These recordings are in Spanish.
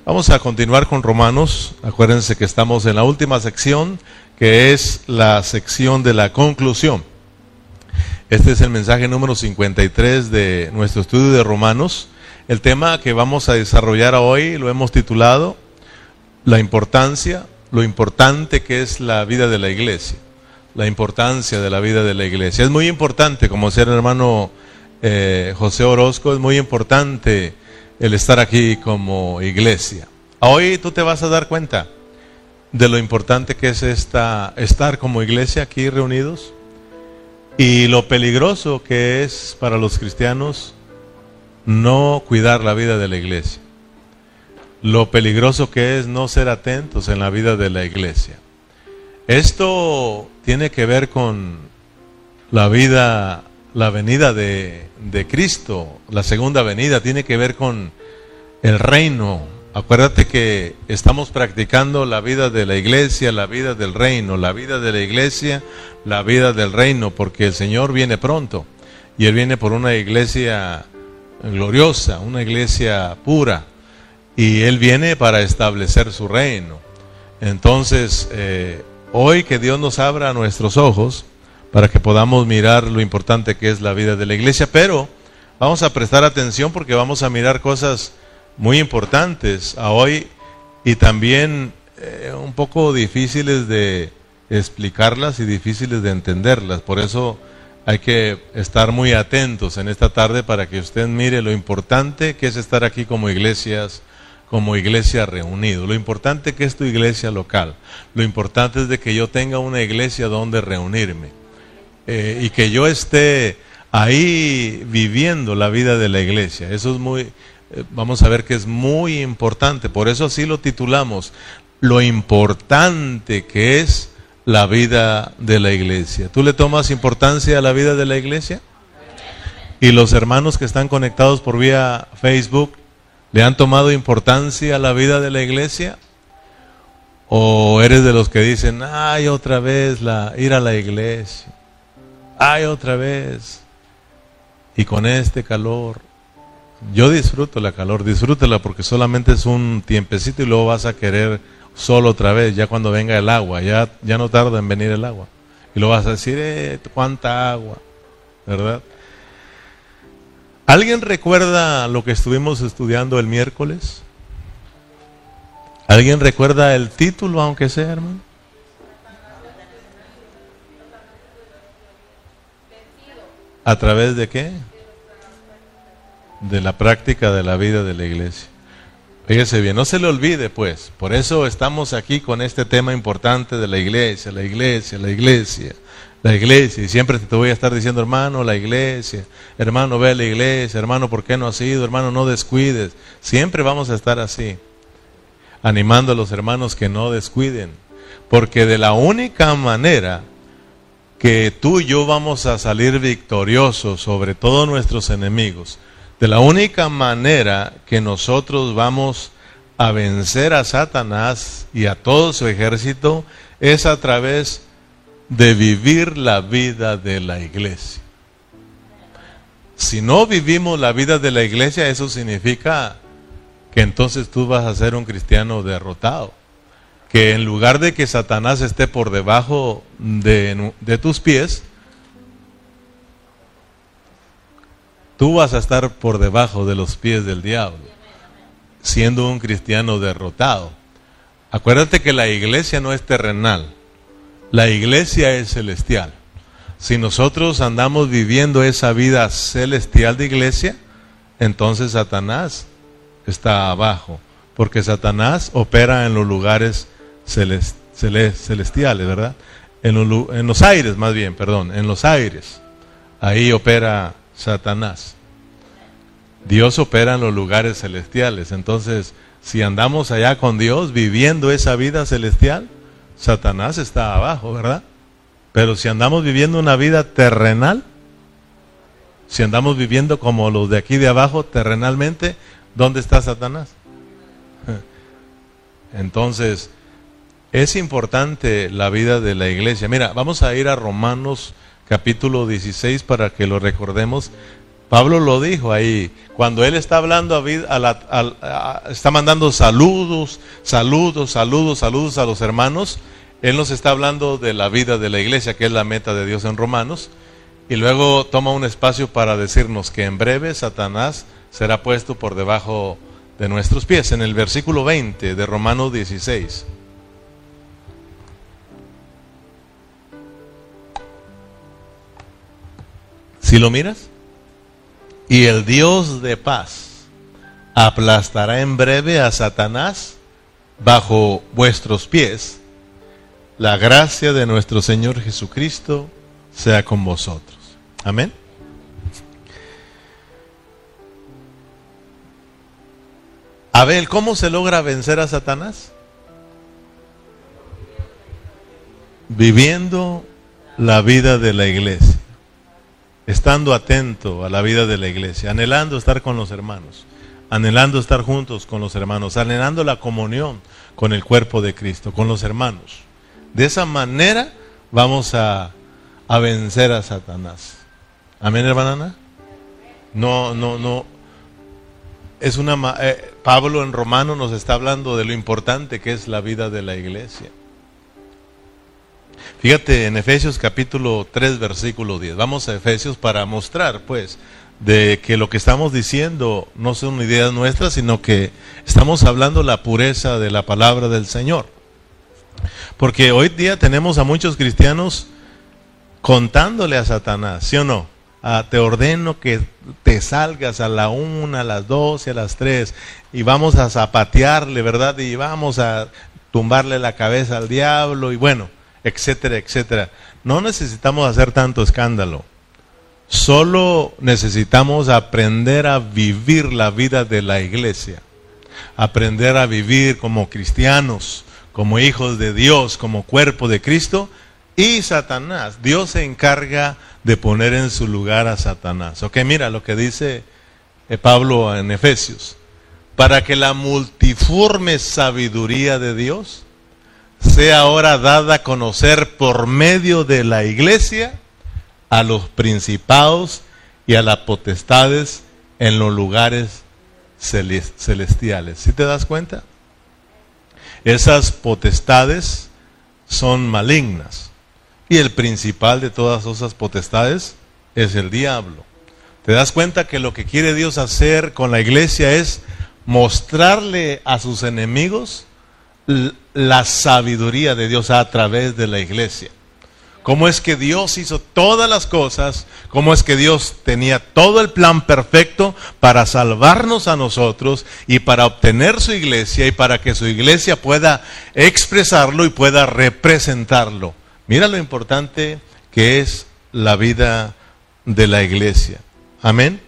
Vamos a continuar con Romanos. Acuérdense que estamos en la última sección, que es la sección de la conclusión. Este es el mensaje número 53 de nuestro estudio de Romanos. El tema que vamos a desarrollar hoy lo hemos titulado La importancia, lo importante que es la vida de la iglesia. La importancia de la vida de la iglesia. Es muy importante, como decía el hermano José Orozco, es muy importante el estar aquí como iglesia. Hoy tú te vas a dar cuenta de lo importante que es estar como iglesia aquí reunidos y lo peligroso que es para los cristianos no cuidar la vida de la iglesia. Lo peligroso que es no ser atentos en la vida de la iglesia. Esto tiene que ver con la venida de Cristo, la segunda venida, tiene que ver con el reino. Acuérdate que estamos practicando la vida de la iglesia, la vida del reino, la vida de la iglesia, la vida del reino, porque el Señor viene pronto y Él viene por una iglesia gloriosa, una iglesia pura, y Él viene para establecer su reino. Entonces, hoy que Dios nos abra nuestros ojos para que podamos mirar lo importante que es la vida de la iglesia, pero vamos a prestar atención porque vamos a mirar cosas muy importantes a hoy y también un poco difíciles de explicarlas y difíciles de entenderlas. Por eso hay que estar muy atentos en esta tarde para que usted mire lo importante que es estar aquí como iglesia reunido. Lo importante que es tu iglesia local. Lo importante es de que yo tenga una iglesia donde reunirme. Y que yo esté ahí viviendo la vida de la iglesia. Eso es vamos a ver que es muy importante. Por eso así lo titulamos, lo importante que es la vida de la iglesia. ¿Tú le tomas importancia a la vida de la iglesia? ¿Y los hermanos que están conectados por vía Facebook le han tomado importancia a la vida de la iglesia? ¿O eres de los que dicen, ay, otra vez ir a la iglesia? Ay, otra vez. Y con este calor. Yo disfruto la calor, disfrútela porque solamente es un tiempecito y luego vas a querer solo otra vez, ya cuando venga el agua, ya no tarda en venir el agua. Y luego vas a decir, cuánta agua, ¿verdad? ¿Alguien recuerda lo que estuvimos estudiando el miércoles? ¿Alguien recuerda el título, aunque sea, hermano? ¿A través de qué? De la práctica de la vida de la iglesia. Fíjese bien, no se le olvide pues. Por eso estamos aquí con este tema importante de la iglesia, la iglesia, la iglesia, la iglesia. Y siempre te voy a estar diciendo, hermano, la iglesia. Hermano, ve a la iglesia. Hermano, ¿por qué no has ido? Hermano, no descuides. Siempre vamos a estar así, animando a los hermanos que no descuiden. Porque de la única manera que tú y yo vamos a salir victoriosos sobre todos nuestros enemigos, de la única manera que nosotros vamos a vencer a Satanás y a todo su ejército es a través de vivir la vida de la iglesia. Si no vivimos la vida de la iglesia, eso significa que entonces tú vas a ser un cristiano derrotado. Que en lugar de que Satanás esté por debajo de tus pies, tú vas a estar por debajo de los pies del diablo, siendo un cristiano derrotado. Acuérdate que la iglesia no es terrenal, la iglesia es celestial. Si nosotros andamos viviendo esa vida celestial de iglesia, entonces Satanás está abajo, porque Satanás opera en los lugares celestiales, ¿verdad? En los aires, más bien, perdón, en los aires. Ahí opera Satanás. Dios opera en los lugares celestiales. Entonces, si andamos allá con Dios, viviendo esa vida celestial, Satanás está abajo, ¿verdad? Pero si andamos viviendo una vida terrenal, si andamos viviendo como los de aquí de abajo, terrenalmente, ¿dónde está Satanás? Entonces, es importante la vida de la iglesia. Mira, vamos a ir a Romanos capítulo 16 para que lo recordemos. Pablo lo dijo ahí, cuando él está hablando está mandando saludos a los hermanos, él nos está hablando de la vida de la iglesia, que es la meta de Dios en Romanos, y luego toma un espacio para decirnos que en breve Satanás será puesto por debajo de nuestros pies, en el versículo 20 de Romanos 16. ¿Sí lo miras? Y el Dios de paz aplastará en breve a Satanás bajo vuestros pies. La gracia de nuestro Señor Jesucristo sea con vosotros. Amén. Abel, ¿cómo se logra vencer a Satanás? Viviendo la vida de la iglesia. Estando atento a la vida de la iglesia, anhelando estar con los hermanos, anhelando estar juntos con los hermanos, anhelando la comunión con el cuerpo de Cristo, con los hermanos. De esa manera vamos a vencer a Satanás. Amén, hermana Ana. No. Es Pablo en Romanos nos está hablando de lo importante que es la vida de la iglesia. Fíjate en Efesios capítulo 3 versículo 10. Vamos a Efesios para mostrar pues de que lo que estamos diciendo no son ideas nuestras, sino que estamos hablando la pureza de la palabra del Señor. Porque hoy día tenemos a muchos cristianos contándole a Satanás, ¿sí o no? Te ordeno que te salgas a la 1, a las 2 y a las 3 y vamos a zapatearle, ¿verdad? Y vamos a tumbarle la cabeza al diablo y bueno, etcétera, etcétera. No necesitamos hacer tanto escándalo. Solo necesitamos aprender a vivir la vida de la iglesia. Aprender a vivir como cristianos, como hijos de Dios, como cuerpo de Cristo. Y Satanás, Dios se encarga de poner en su lugar a Satanás. Ok, mira lo que dice Pablo en Efesios. Para que la multiforme sabiduría de Dios sea ahora dada a conocer por medio de la iglesia a los principados y a las potestades en los lugares celestiales. ¿Sí te das cuenta? Esas potestades son malignas y el principal de todas esas potestades es el diablo. ¿Te das cuenta que lo que quiere Dios hacer con la iglesia es mostrarle a sus enemigos la sabiduría de Dios a través de la iglesia? Cómo es que Dios hizo todas las cosas, cómo es que Dios tenía todo el plan perfecto para salvarnos a nosotros y para obtener su iglesia y para que su iglesia pueda expresarlo y pueda representarlo. Mira lo importante que es la vida de la iglesia. Amén.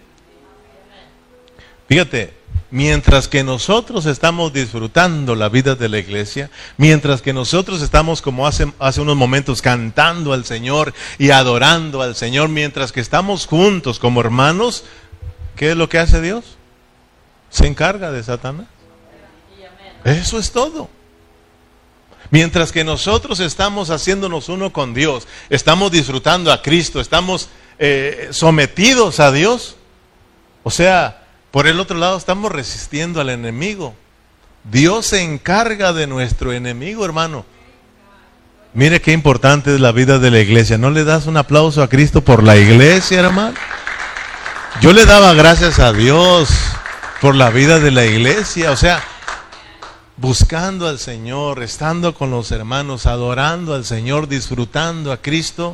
Fíjate, mientras que nosotros estamos disfrutando la vida de la iglesia, mientras que nosotros estamos, como hace unos momentos, cantando al Señor y adorando al Señor, mientras que estamos juntos como hermanos, ¿qué es lo que hace Dios? Se encarga de Satanás. Eso es todo. Mientras que nosotros estamos haciéndonos uno con Dios, estamos disfrutando a Cristo, estamos sometidos a Dios, o sea, por el otro lado estamos resistiendo al enemigo. Dios se encarga de nuestro enemigo, hermano. Mire qué importante es la vida de la iglesia. ¿No le das un aplauso a Cristo por la iglesia, hermano? Yo le daba gracias a Dios por la vida de la iglesia, o sea, buscando al Señor, estando con los hermanos, adorando al Señor, disfrutando a Cristo.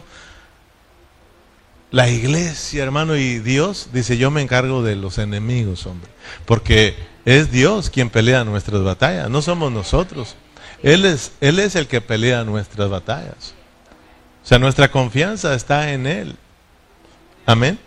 La iglesia, hermano, y Dios dice, yo me encargo de los enemigos, hombre. Porque es Dios quien pelea nuestras batallas, no somos nosotros. Él es el que pelea nuestras batallas. O sea, nuestra confianza está en Él. Amén.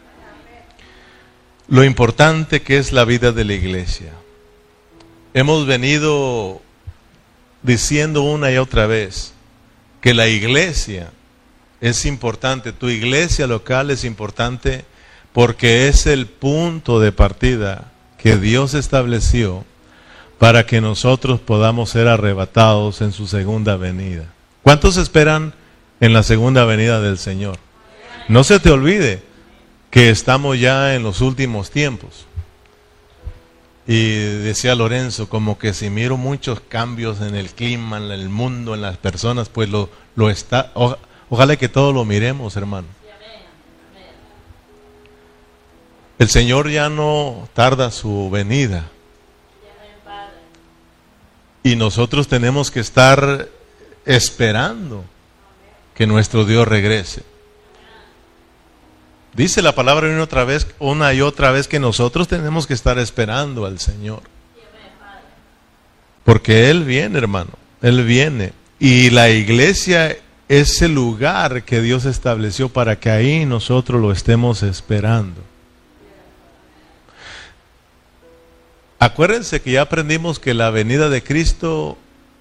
Lo importante que es la vida de la iglesia. Hemos venido diciendo una y otra vez que la iglesia es importante, tu iglesia local es importante porque es el punto de partida que Dios estableció para que nosotros podamos ser arrebatados en su segunda venida. ¿Cuántos esperan en la segunda venida del Señor? No se te olvide, que estamos ya en los últimos tiempos. Y decía Lorenzo, como que si miro muchos cambios en el clima, en el mundo, en las personas, pues lo está. Ojalá que todos lo miremos, hermano. El Señor ya no tarda su venida. Y nosotros tenemos que estar esperando que nuestro Dios regrese. Dice la palabra una y otra vez que nosotros tenemos que estar esperando al Señor. Porque Él viene, hermano. Él viene. Y la iglesia es el lugar que Dios estableció para que ahí nosotros lo estemos esperando. Acuérdense que ya aprendimos que la venida de Cristo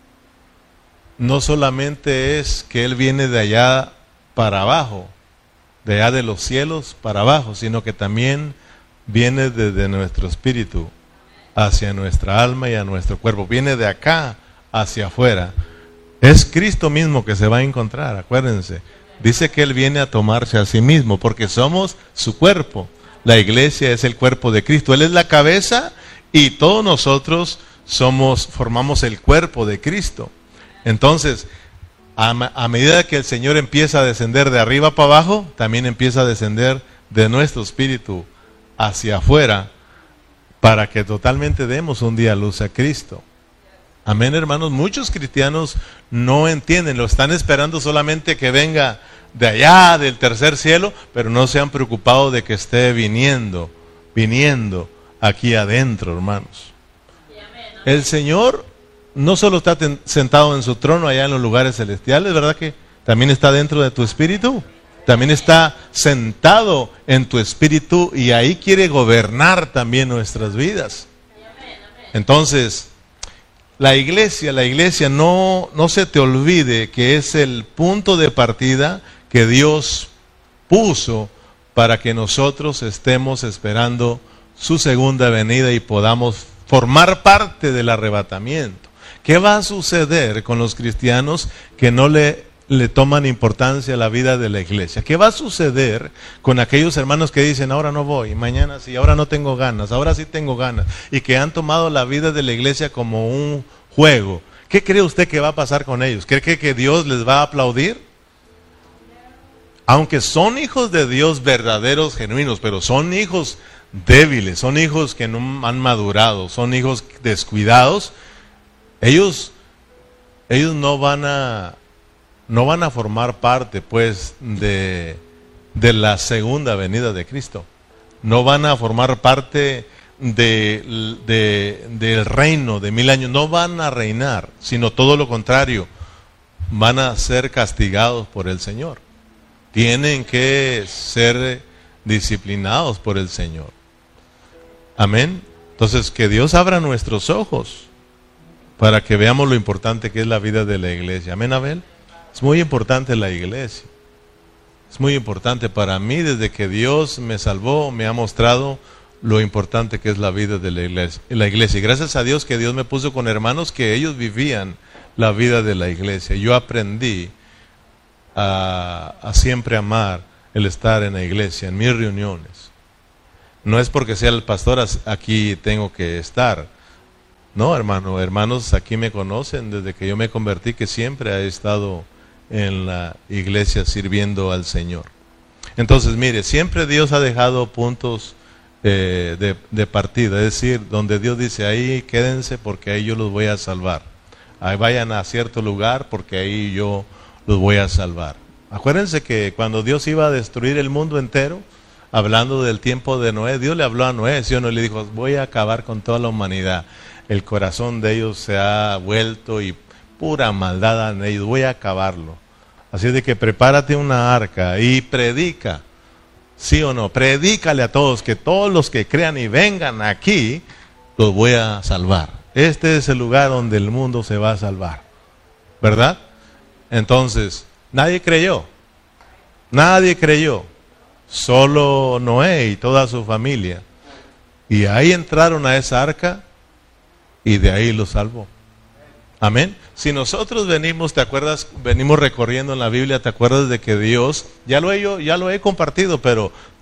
no solamente es que Él viene de allá para abajo, de allá de los cielos para abajo, sino que también viene desde nuestro espíritu hacia nuestra alma y a nuestro cuerpo. Viene de acá hacia afuera. Es Cristo mismo que se va a encontrar, acuérdense. Dice que Él viene a tomarse a sí mismo, porque somos su cuerpo. La iglesia es el cuerpo de Cristo. Él es la cabeza y todos nosotros formamos el cuerpo de Cristo. Entonces, a medida que el Señor empieza a descender de arriba para abajo, también empieza a descender de nuestro espíritu hacia afuera, para que totalmente demos un día luz a Cristo. Amén, hermanos. Muchos cristianos no entienden, lo están esperando solamente que venga de allá, del tercer cielo, pero no se han preocupado de que esté viniendo aquí adentro, hermanos. El Señor no solo está sentado en su trono allá en los lugares celestiales, ¿verdad que también está dentro de tu espíritu? También está sentado en tu espíritu y ahí quiere gobernar también nuestras vidas. Entonces, la iglesia, no se te olvide que es el punto de partida que Dios puso para que nosotros estemos esperando su segunda venida y podamos formar parte del arrebatamiento. ¿Qué va a suceder con los cristianos que no le toman importancia a la vida de la iglesia? ¿Qué va a suceder con aquellos hermanos que dicen, ahora no voy, mañana sí, ahora no tengo ganas, ahora sí tengo ganas, y que han tomado la vida de la iglesia como un juego? ¿Qué cree usted que va a pasar con ellos? ¿Cree que Dios les va a aplaudir? Aunque son hijos de Dios verdaderos, genuinos, pero son hijos débiles, son hijos que no han madurado, son hijos descuidados. Ellos no van a formar parte, pues, de la segunda venida de Cristo. No van a formar parte del reino de 1000 años. No van a reinar, sino todo lo contrario. Van a ser castigados por el Señor. Tienen que ser disciplinados por el Señor. Amén. Entonces, que Dios abra nuestros ojos para que veamos lo importante que es la vida de la iglesia. Amén, Abel. Es muy importante la iglesia. Es muy importante para mí. Desde que Dios me salvó, me ha mostrado lo importante que es la vida de la iglesia. Y gracias a Dios que Dios me puso con hermanos que ellos vivían la vida de la iglesia. Yo aprendí a siempre amar el estar en la iglesia, en mis reuniones. No es porque sea el pastor aquí tengo que estar. No, hermanos aquí me conocen desde que yo me convertí, que siempre he estado en la iglesia sirviendo al Señor. Entonces, mire, siempre Dios ha dejado puntos de partida, es decir, donde Dios dice, ahí quédense porque ahí yo los voy a salvar. Ahí vayan a cierto lugar porque ahí yo los voy a salvar. Acuérdense que cuando Dios iba a destruir el mundo entero, hablando del tiempo de Noé, Dios le habló a Noé, ¿sí o no? Le dijo, voy a acabar con toda la humanidad. El corazón de ellos se ha vuelto y pura maldad en ellos, voy a acabarlo. Así de que prepárate una arca y predica, ¿sí o no? Predícale a todos, que todos los que crean y vengan aquí, los voy a salvar. Este es el lugar donde el mundo se va a salvar, ¿verdad? Entonces, nadie creyó, solo Noé y toda su familia. Y ahí entraron a esa arca y de ahí los salvó. Amén. Si nosotros venimos, ¿te acuerdas? Venimos recorriendo en la Biblia, ¿te acuerdas de que Dios, ya lo he compartido, pero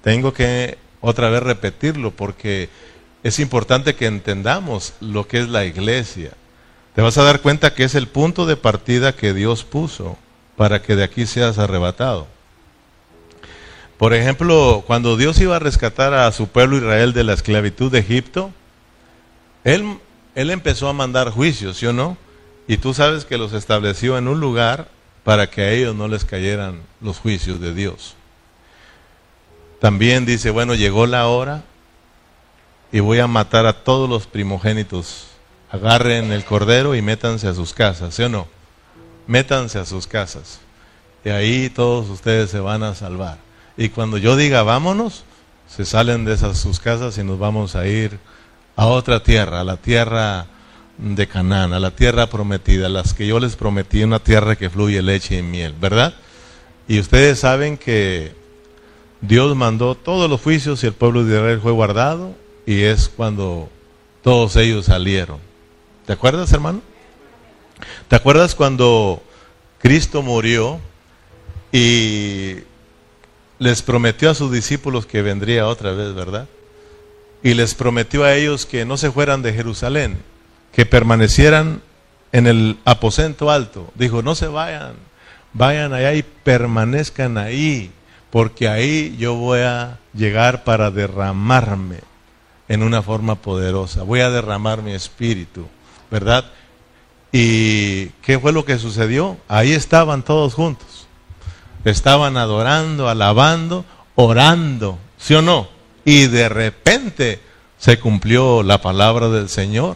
tengo que otra vez repetirlo porque es importante que entendamos lo que es la iglesia. Te vas a dar cuenta que es el punto de partida que Dios puso para que de aquí seas arrebatado. Por ejemplo, cuando Dios iba a rescatar a su pueblo Israel de la esclavitud de Egipto, Él empezó a mandar juicios, ¿sí o no? Y tú sabes que los estableció en un lugar para que a ellos no les cayeran los juicios de Dios. También dice, bueno, llegó la hora y voy a matar a todos los primogénitos. Agarren el cordero y métanse a sus casas, ¿sí o no? Métanse a sus casas. Y ahí todos ustedes se van a salvar. Y cuando yo diga vámonos, se salen de esas sus casas y nos vamos a ir a otra tierra, a la tierra de Canaán, a la tierra prometida, las que yo les prometí, una tierra que fluye leche y miel, ¿verdad? Y ustedes saben que Dios mandó todos los juicios y el pueblo de Israel fue guardado, y es cuando todos ellos salieron. ¿Te acuerdas, hermano? ¿Te acuerdas cuando Cristo murió y les prometió a sus discípulos que vendría otra vez, ¿verdad? Y les prometió a ellos que no se fueran de Jerusalén, que permanecieran en el aposento alto. Dijo, no se vayan, vayan allá y permanezcan ahí, porque ahí yo voy a llegar para derramarme en una forma poderosa. Voy a derramar mi espíritu, ¿verdad? ¿Y qué fue lo que sucedió? Ahí estaban todos juntos. Estaban adorando, alabando, orando, ¿sí o no? Y de repente se cumplió la palabra del Señor.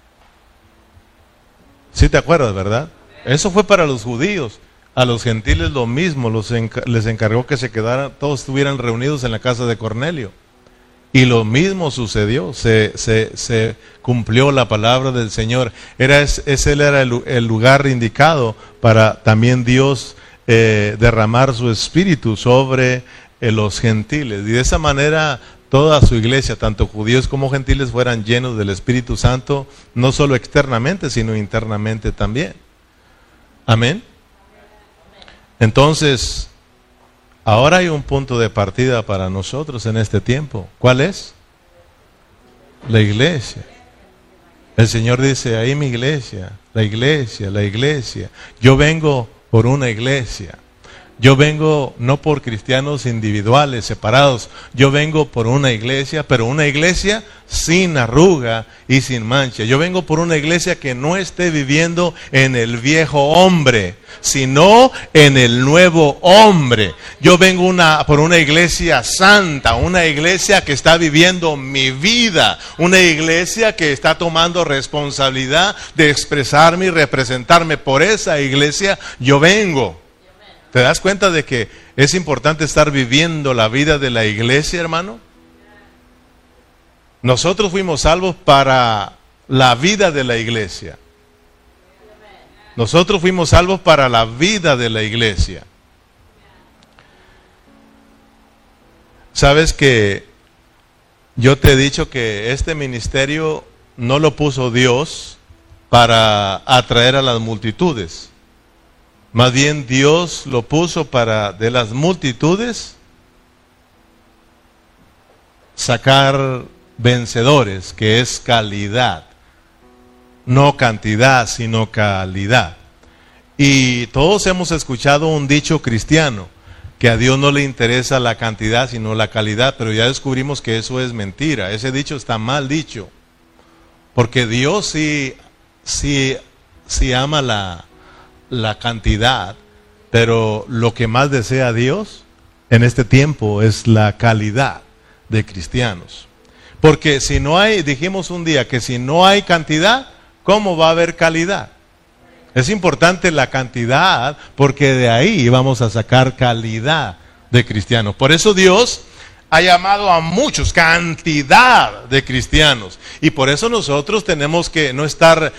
¿Sí te acuerdas, verdad? Eso fue para los judíos. A los gentiles lo mismo, les encargó que se quedaran, todos estuvieran reunidos en la casa de Cornelio. Y lo mismo sucedió, se cumplió la palabra del Señor. Ese era el lugar indicado para también Dios derramar su espíritu sobre los gentiles. Y de esa manera toda su iglesia, tanto judíos como gentiles, fueran llenos del Espíritu Santo, no solo externamente, sino internamente también. Amén. Entonces, ahora hay un punto de partida para nosotros en este tiempo. ¿Cuál es? La iglesia. El Señor dice, ahí mi iglesia, la iglesia, la iglesia. Yo vengo por una iglesia. Yo vengo no por cristianos individuales, separados. Yo vengo por una iglesia, pero una iglesia sin arruga y sin mancha. Yo vengo por una iglesia que no esté viviendo en el viejo hombre, sino en el nuevo hombre. Yo vengo por una iglesia santa, una iglesia que está viviendo mi vida, una iglesia que está tomando responsabilidad de expresarme y representarme. Por esa iglesia yo vengo. ¿Te das cuenta de que es importante estar viviendo la vida de la iglesia, hermano? Nosotros fuimos salvos para la vida de la iglesia. Nosotros fuimos salvos para la vida de la iglesia. Sabes que yo te he dicho que este ministerio no lo puso Dios para atraer a las multitudes. Más bien Dios lo puso para de las multitudes sacar vencedores, que es calidad. No cantidad, sino calidad. Y todos hemos escuchado un dicho cristiano, que a Dios no le interesa la cantidad, sino la calidad, pero ya descubrimos que eso es mentira. Ese dicho está mal dicho. Porque Dios sí ama la cantidad, pero lo que más desea Dios en este tiempo es la calidad de cristianos. Porque si no hay, dijimos un día que si no hay cantidad, ¿cómo va a haber calidad? Es importante la cantidad, porque de ahí vamos a sacar calidad de cristianos. Por eso Dios ha llamado a muchos, cantidad de cristianos. Y por eso nosotros tenemos que no estar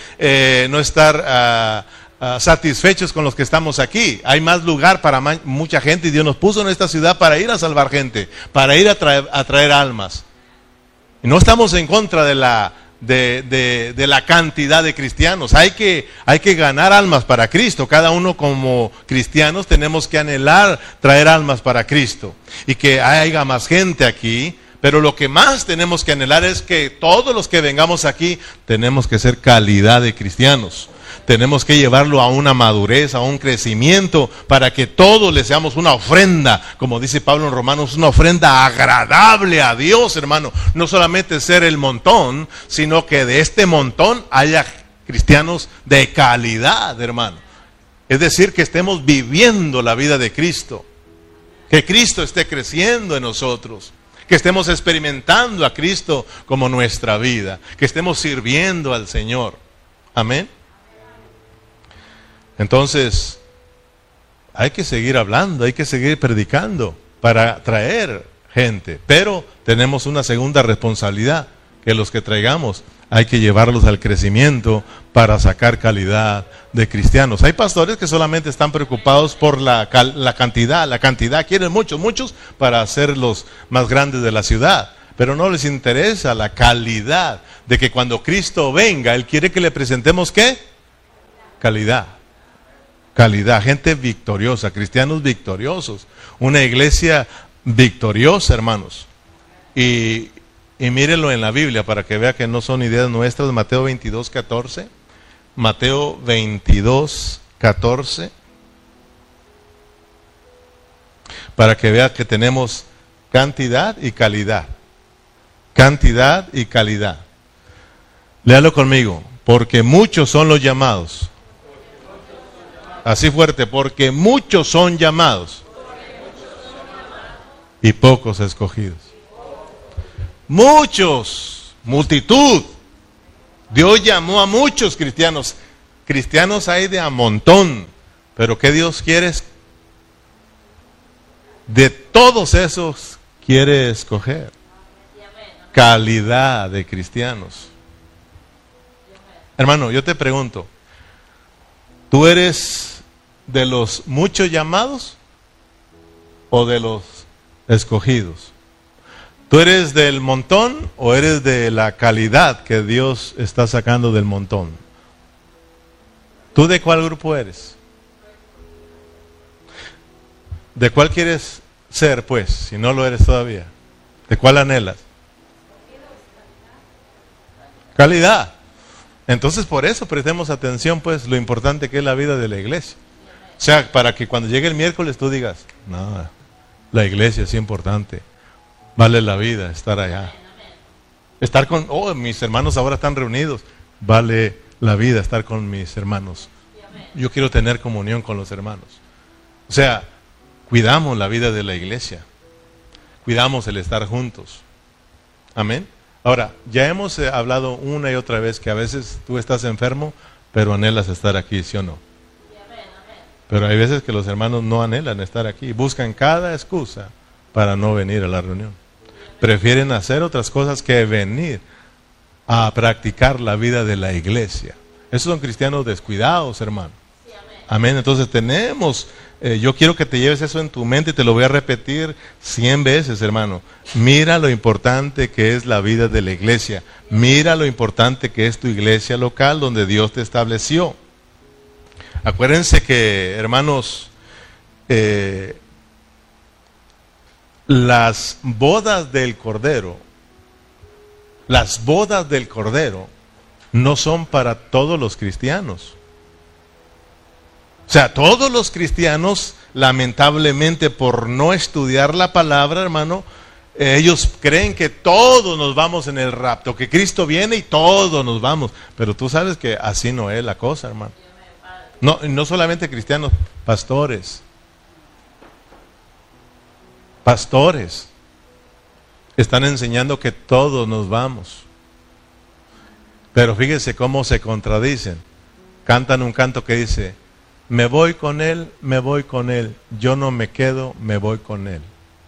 satisfechos con los que estamos aquí. Hay más lugar para mucha gente, y Dios nos puso en esta ciudad para ir a salvar gente, para ir a traer almas. Y no estamos en contra de de la cantidad de cristianos. Hay que ganar almas para Cristo. Cada uno como cristianos tenemos que anhelar traer almas para Cristo y que haya más gente aquí. Pero lo que más tenemos que anhelar es que todos los que vengamos aquí tenemos que ser calidad de cristianos. Tenemos que llevarlo a una madurez, a un crecimiento, para que todos le seamos una ofrenda, como dice Pablo en Romanos, una ofrenda agradable a Dios, hermano. No solamente ser el montón, sino que de este montón haya cristianos de calidad, hermano. Es decir, que estemos viviendo la vida de Cristo, que Cristo esté creciendo en nosotros, que estemos experimentando a Cristo como nuestra vida, que estemos sirviendo al Señor. Amén. Entonces, hay que seguir hablando, hay que seguir predicando para traer gente. Pero tenemos una segunda responsabilidad, que los que traigamos hay que llevarlos al crecimiento para sacar calidad de cristianos. Hay pastores que solamente están preocupados por la cantidad, quieren muchos para ser los más grandes de la ciudad. Pero no les interesa la calidad de que cuando Cristo venga, Él quiere que le presentemos ¿qué? Calidad, gente victoriosa, cristianos victoriosos, una iglesia victoriosa, hermanos. Y mírenlo en la Biblia para que vea que no son ideas nuestras. Mateo 22:14. Mateo 22:14. Para que vea que tenemos cantidad y calidad. Cantidad y calidad. Léalo conmigo. Porque muchos son los llamados. Así fuerte, porque muchos son llamados y pocos escogidos. Muchos, multitud. Dios llamó a muchos cristianos. Cristianos hay de a montón. Pero ¿qué Dios quiere? De todos esos quiere escoger calidad de cristianos. Hermano, yo te pregunto, ¿tú eres de los muchos llamados o de los escogidos? ¿Tú eres del montón o eres de la calidad que Dios está sacando del montón? ¿Tú de cuál grupo eres? ¿De cuál quieres ser, pues, si no lo eres todavía? ¿De cuál anhelas? Calidad. Entonces, por eso prestemos atención, pues, lo importante que es la vida de la iglesia. O sea, para que cuando llegue el miércoles tú digas, no, la iglesia es importante, vale la vida estar allá. Estar con, mis hermanos ahora están reunidos, vale la vida estar con mis hermanos. Yo quiero tener comunión con los hermanos. O sea, cuidamos la vida de la iglesia, cuidamos el estar juntos. Amén. Ahora, ya hemos hablado una y otra vez que a veces tú estás enfermo, pero anhelas estar aquí, ¿sí o no? Pero hay veces que los hermanos no anhelan estar aquí, buscan cada excusa para no venir a la reunión. Prefieren hacer otras cosas que venir a practicar la vida de la iglesia. Esos son cristianos descuidados, hermano. Amén. Entonces tenemos, yo quiero que te lleves eso en tu mente y te lo voy a repetir 100 veces, hermano. Mira lo importante que es la vida de la iglesia. Mira lo importante que es tu iglesia local donde Dios te estableció. Acuérdense que, hermanos, las bodas del Cordero no son para todos los cristianos. O sea, todos los cristianos, lamentablemente, por no estudiar la palabra, hermano, ellos creen que todos nos vamos en el rapto, que Cristo viene y todos nos vamos. Pero tú sabes que así no es la cosa, hermano. No solamente cristianos, pastores están enseñando que todos nos vamos. Pero fíjese cómo se contradicen. Cantan un canto que dice, me voy con él, yo no me quedo, me voy con él.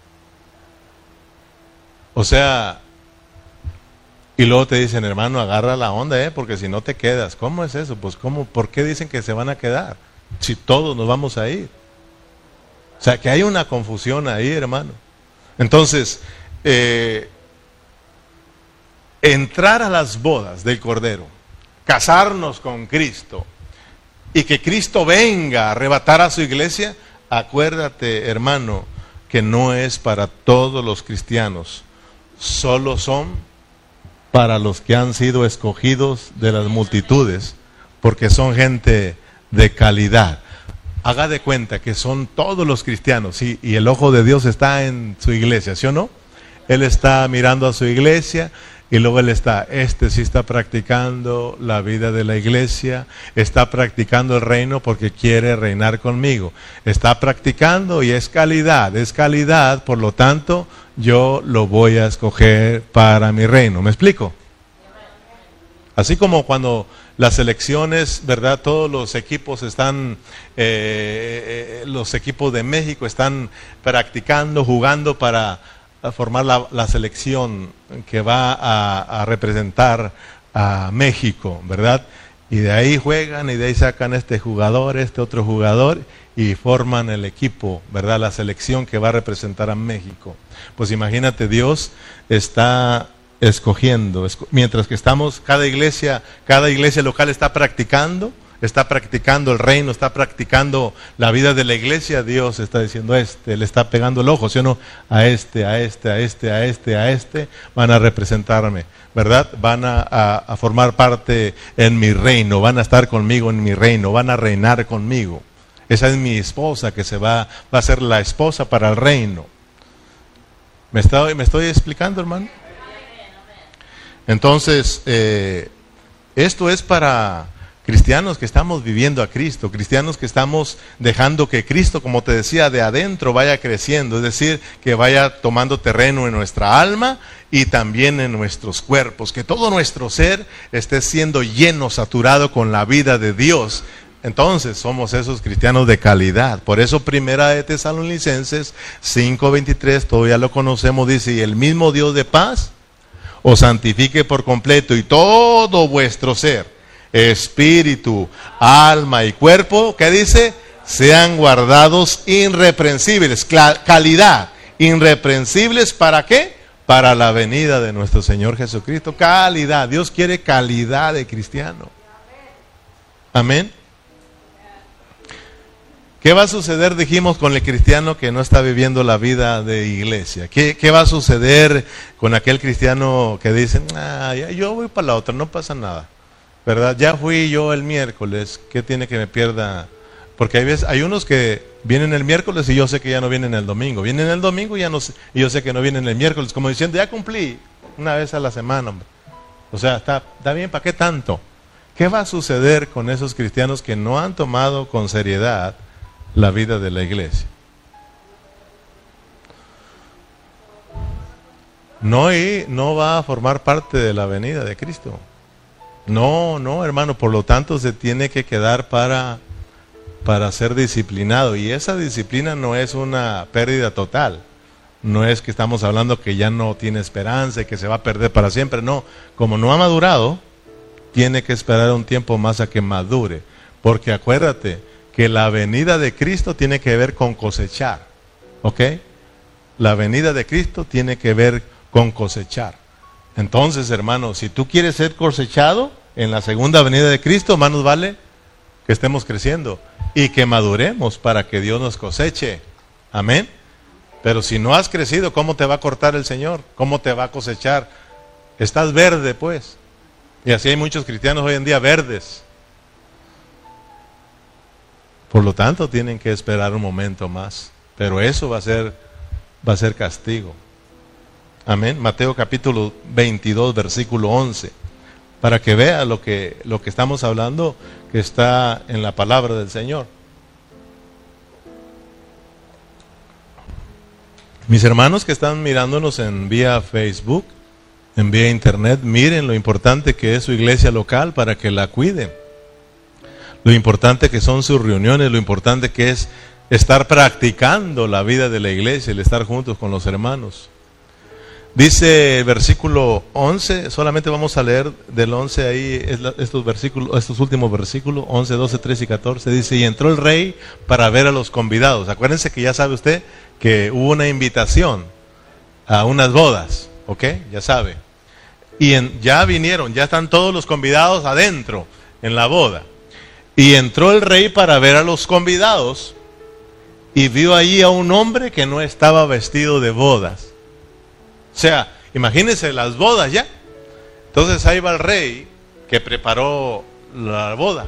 O sea, y luego te dicen, hermano, agarra la onda, porque si no te quedas. ¿Cómo es eso? Pues ¿cómo? ¿Por qué dicen que se van a quedar? Si todos nos vamos a ir. O sea, que hay una confusión ahí, hermano. Entonces, entrar a las bodas del Cordero, casarnos con Cristo y que Cristo venga a arrebatar a su iglesia, acuérdate, hermano, que no es para todos los cristianos, solo son para los que han sido escogidos de las multitudes, porque son gente de calidad. Haga de cuenta que son todos los cristianos, y el ojo de Dios está en su iglesia, ¿sí o no? Él está mirando a su iglesia y luego él está, sí está practicando la vida de la iglesia, está practicando el reino porque quiere reinar conmigo. Está practicando y es calidad, por lo tanto, yo lo voy a escoger para mi reino. ¿Me explico? Así como cuando las elecciones, ¿verdad? Todos los equipos están, los equipos de México están practicando, jugando para formar la selección que va a representar a México, ¿verdad? Y de ahí juegan y de ahí sacan este jugador, este otro jugador y forman el equipo, ¿verdad? La selección que va a representar a México. Pues imagínate, Dios está escogiendo, mientras que estamos, cada iglesia local está practicando el reino, está practicando la vida de la iglesia. Dios está diciendo, le está pegando el ojo, ¿sí o no? A este, van a representarme, ¿verdad? Van a formar parte en mi reino, van a estar conmigo en mi reino, van a reinar conmigo. Esa es mi esposa que va a ser la esposa para el reino. ¿Me estoy explicando, hermano? Entonces, esto es para cristianos que estamos viviendo a Cristo, cristianos que estamos dejando que Cristo, como te decía, de adentro vaya creciendo, es decir, que vaya tomando terreno en nuestra alma y también en nuestros cuerpos, que todo nuestro ser esté siendo lleno, saturado con la vida de Dios. Entonces somos esos cristianos de calidad. Por eso Primera de Tesalonicenses 5:23, todo ya lo conocemos, dice, y el mismo Dios de paz os santifique por completo, y todo vuestro ser, espíritu, alma y cuerpo, ¿qué dice? Sean guardados irreprensibles, calidad, irreprensibles, ¿para qué? Para la venida de nuestro Señor Jesucristo. Calidad, Dios quiere calidad de cristiano. Amén. ¿Qué va a suceder, dijimos, con el cristiano que no está viviendo la vida de iglesia? ¿Qué va a suceder con aquel cristiano que dice, yo voy para la otra, no pasa nada, ¿verdad? Ya fui yo el miércoles, ¿qué tiene que me pierda? Porque hay unos que vienen el miércoles y yo sé que ya no vienen el domingo. Vienen el domingo y yo sé que no vienen el miércoles, como diciendo, ya cumplí una vez a la semana, hombre. O sea, está bien, ¿para qué tanto? ¿Qué va a suceder con esos cristianos que no han tomado con seriedad la vida de la iglesia? No va a formar parte de la venida de Cristo. No, hermano, por lo tanto se tiene que quedar para ser disciplinado. Y esa disciplina no es una pérdida total. No es que estamos hablando que ya no tiene esperanza y que se va a perder para siempre. No, como no ha madurado, tiene que esperar un tiempo más a que madure. Porque acuérdate que la venida de Cristo tiene que ver con cosechar, ¿ok? La venida de Cristo tiene que ver con cosechar. Entonces, hermano, si tú quieres ser cosechado en la segunda venida de Cristo, hermanos, vale que estemos creciendo y que maduremos para que Dios nos coseche. Amén. Pero si no has crecido, ¿cómo te va a cortar el Señor? ¿Cómo te va a cosechar? Estás verde, pues. Y así hay muchos cristianos hoy en día verdes. Por lo tanto, tienen que esperar un momento más. Pero eso va a ser castigo. Amén. Mateo capítulo 22, versículo 11. Para que vea lo que estamos hablando, que está en la palabra del Señor. Mis hermanos que están mirándonos en vía Facebook, en vía internet, miren lo importante que es su iglesia local para que la cuiden. Lo importante que son sus reuniones, lo importante que es estar practicando la vida de la iglesia, el estar juntos con los hermanos. Dice el versículo 11, solamente vamos a leer del 11 ahí, estos últimos versículos, 11, 12, 13 y 14, dice, y entró el rey para ver a los convidados. Acuérdense que ya sabe usted que hubo una invitación a unas bodas, ¿ok? Ya sabe. Y ya vinieron, ya están todos los convidados adentro, en la boda. Y entró el rey para ver a los convidados y vio allí a un hombre que no estaba vestido de bodas. O sea, imagínense las bodas ya. Entonces ahí va el rey que preparó la boda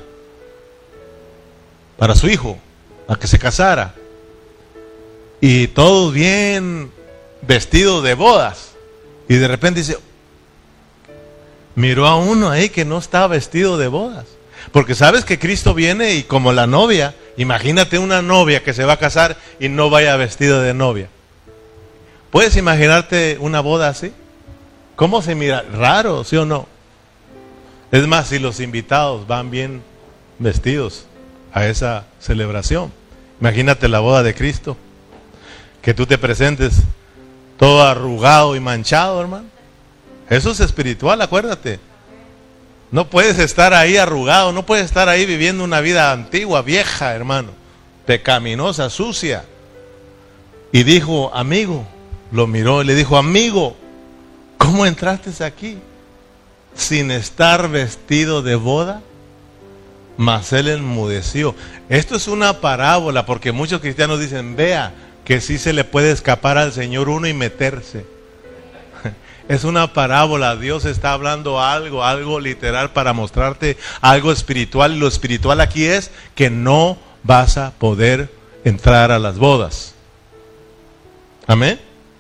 para su hijo, a que se casara. Y todos bien vestidos de bodas. Y de repente dice, miró a uno ahí que no estaba vestido de bodas. Porque sabes que Cristo viene y como la novia, imagínate una novia que se va a casar y no vaya vestida de novia. ¿Puedes imaginarte una boda así? ¿Cómo se mira? Raro, ¿sí o no? Es más, si los invitados van bien vestidos a esa celebración. Imagínate la boda de Cristo. Que tú te presentes todo arrugado y manchado, hermano. Eso es espiritual, acuérdate. No puedes estar ahí arrugado, no puedes estar ahí viviendo una vida antigua, vieja, hermano, pecaminosa, sucia. Y dijo, amigo, lo miró y le dijo, amigo, ¿cómo entraste aquí sin estar vestido de boda? Mas él enmudeció. Esto es una parábola, porque muchos cristianos dicen, vea, que sí se le puede escapar al Señor uno y meterse. Es una parábola, Dios está hablando algo literal para mostrarte algo espiritual. Y lo espiritual aquí es que no vas a poder entrar a las bodas. Amén.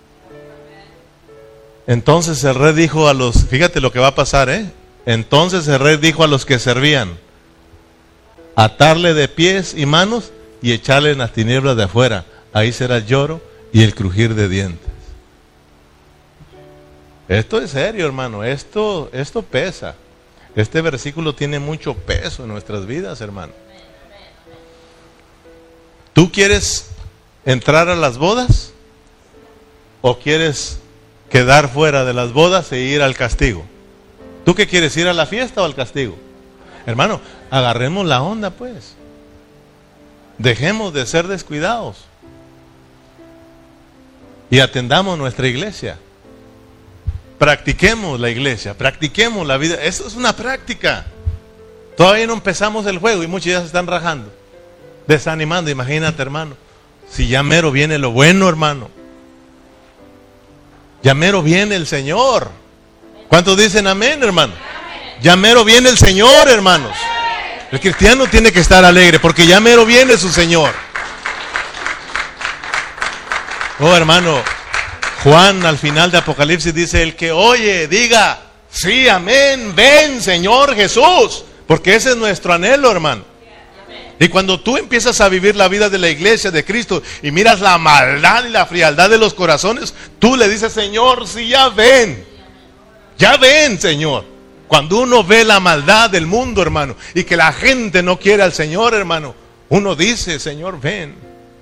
Entonces el rey dijo a los, fíjate lo que va a pasar, Entonces el rey dijo a los que servían, atarle de pies y manos y echarle en las tinieblas de afuera. Ahí será el lloro y el crujir de dientes. Esto es serio, hermano, esto pesa. Este versículo tiene mucho peso en nuestras vidas, hermano. ¿Tú quieres entrar a las bodas? ¿O quieres quedar fuera de las bodas e ir al castigo? ¿Tú qué quieres, ir a la fiesta o al castigo? Hermano, agarremos la onda pues. Dejemos de ser descuidados. Y atendamos nuestra iglesia. Practiquemos la iglesia, practiquemos la vida. Eso es una práctica. Todavía no empezamos el juego y muchos ya se están rajando, desanimando. Imagínate, hermano, si ya mero viene lo bueno, hermano. Ya mero viene el Señor. ¿Cuántos dicen amén, hermano? Ya mero viene el Señor, hermanos. El cristiano tiene que estar alegre porque ya mero viene su Señor. Oh, hermano, Juan al final de Apocalipsis dice, el que oye, diga, sí, amén, ven Señor Jesús, porque ese es nuestro anhelo, hermano. Y cuando tú empiezas a vivir la vida de la iglesia de Cristo y miras la maldad y la frialdad de los corazones, tú le dices, Señor, sí, ya ven, Señor. Cuando uno ve la maldad del mundo, hermano, y que la gente no quiere al Señor, hermano, uno dice, Señor, ven.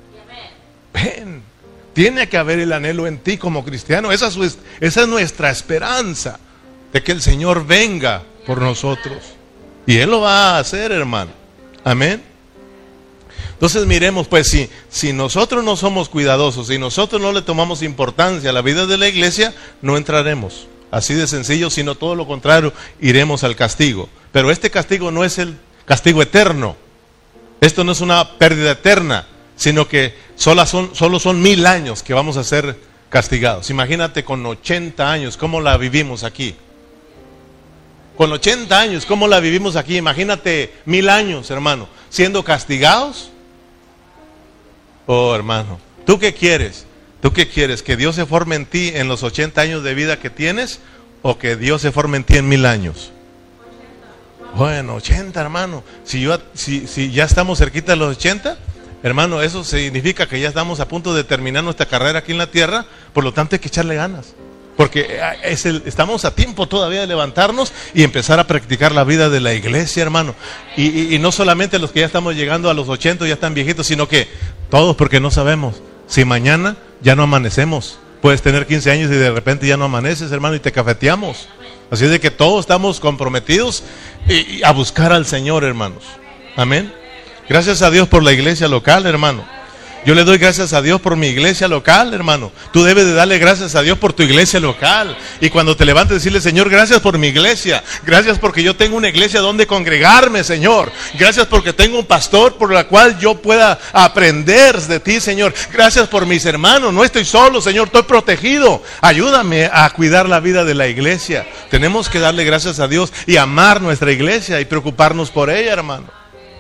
Tiene que haber el anhelo en ti como cristiano. Esa es nuestra esperanza, de que el Señor venga por nosotros. Y Él lo va a hacer, hermano. Amén. Entonces miremos, pues, si nosotros no somos cuidadosos, si nosotros no le tomamos importancia a la vida de la iglesia, no entraremos. Así de sencillo, sino todo lo contrario, iremos al castigo. Pero este castigo no es el castigo eterno. Esto no es una pérdida eterna, sino que solo son 1000 años que vamos a ser castigados. Imagínate con 80 años, ¿cómo la vivimos aquí? Con 80 años, ¿cómo la vivimos aquí? Imagínate 1000 años, hermano, siendo castigados. Oh, hermano, ¿tú qué quieres? ¿Tú qué quieres? ¿Que Dios se forme en ti en los 80 años de vida que tienes? ¿O que Dios se forme en ti en 1000 años? Bueno, 80, hermano. Si ya estamos cerquita de los 80, hermano, eso significa que ya estamos a punto de terminar nuestra carrera aquí en la tierra. Por lo tanto hay que echarle ganas, porque estamos a tiempo todavía de levantarnos y empezar a practicar la vida de la iglesia, hermano. Y no solamente los que ya estamos llegando a los 80 ya están viejitos, sino que todos, porque no sabemos si mañana ya no amanecemos. Puedes tener 15 años y de repente ya no amaneces, hermano, y te cafeteamos. Así es de que todos estamos comprometidos y a buscar al Señor, hermanos. Amén. Gracias a Dios por la iglesia local, hermano. Yo le doy gracias a Dios por mi iglesia local, hermano. Tú debes de darle gracias a Dios por tu iglesia local. Y cuando te levantes, decirle, Señor, gracias por mi iglesia. Gracias porque yo tengo una iglesia donde congregarme, Señor. Gracias porque tengo un pastor por la cual yo pueda aprender de ti, Señor. Gracias por mis hermanos. No estoy solo, Señor, estoy protegido. Ayúdame a cuidar la vida de la iglesia. Tenemos que darle gracias a Dios y amar nuestra iglesia y preocuparnos por ella, hermano.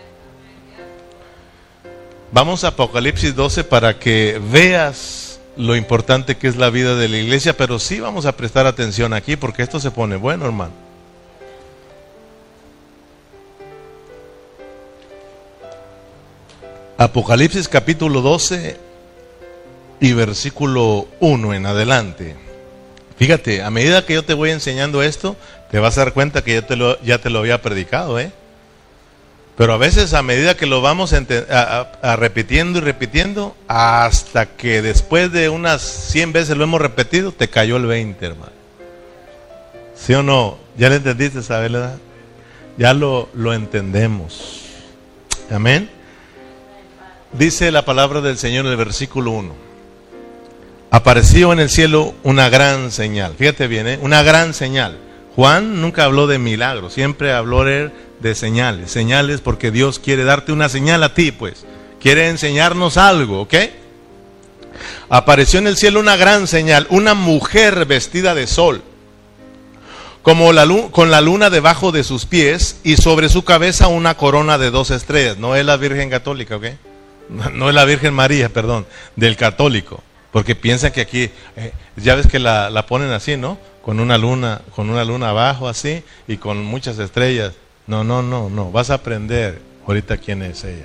Vamos a Apocalipsis 12 para que veas lo importante que es la vida de la iglesia, pero sí vamos a prestar atención aquí porque esto se pone bueno, hermano. Apocalipsis capítulo 12 y versículo 1 en adelante. Fíjate, a medida que yo te voy enseñando esto, te vas a dar cuenta que ya te lo había predicado, Pero a veces a medida que lo vamos repitiendo y repitiendo, hasta que después de unas 100 veces lo hemos repetido, te cayó el 20, hermano. ¿Sí o no? ¿Ya le entendiste, verdad? Ya lo entendemos. Amén. Dice la palabra del Señor en el versículo 1. Apareció en el cielo una gran señal. Fíjate bien, una gran señal. Juan nunca habló de milagros, siempre habló de señales. Señales porque Dios quiere darte una señal a ti, pues. Quiere enseñarnos algo, ¿ok? Apareció en el cielo una gran señal, una mujer vestida de sol, con la luna debajo de sus pies y sobre su cabeza una corona de 2 estrellas. No es la Virgen Católica, ¿ok? No es la Virgen María, perdón, del católico. Porque piensan que aquí, ya ves que la ponen así, ¿no? Con una luna abajo así y con muchas estrellas. No. Vas a aprender ahorita quién es ella.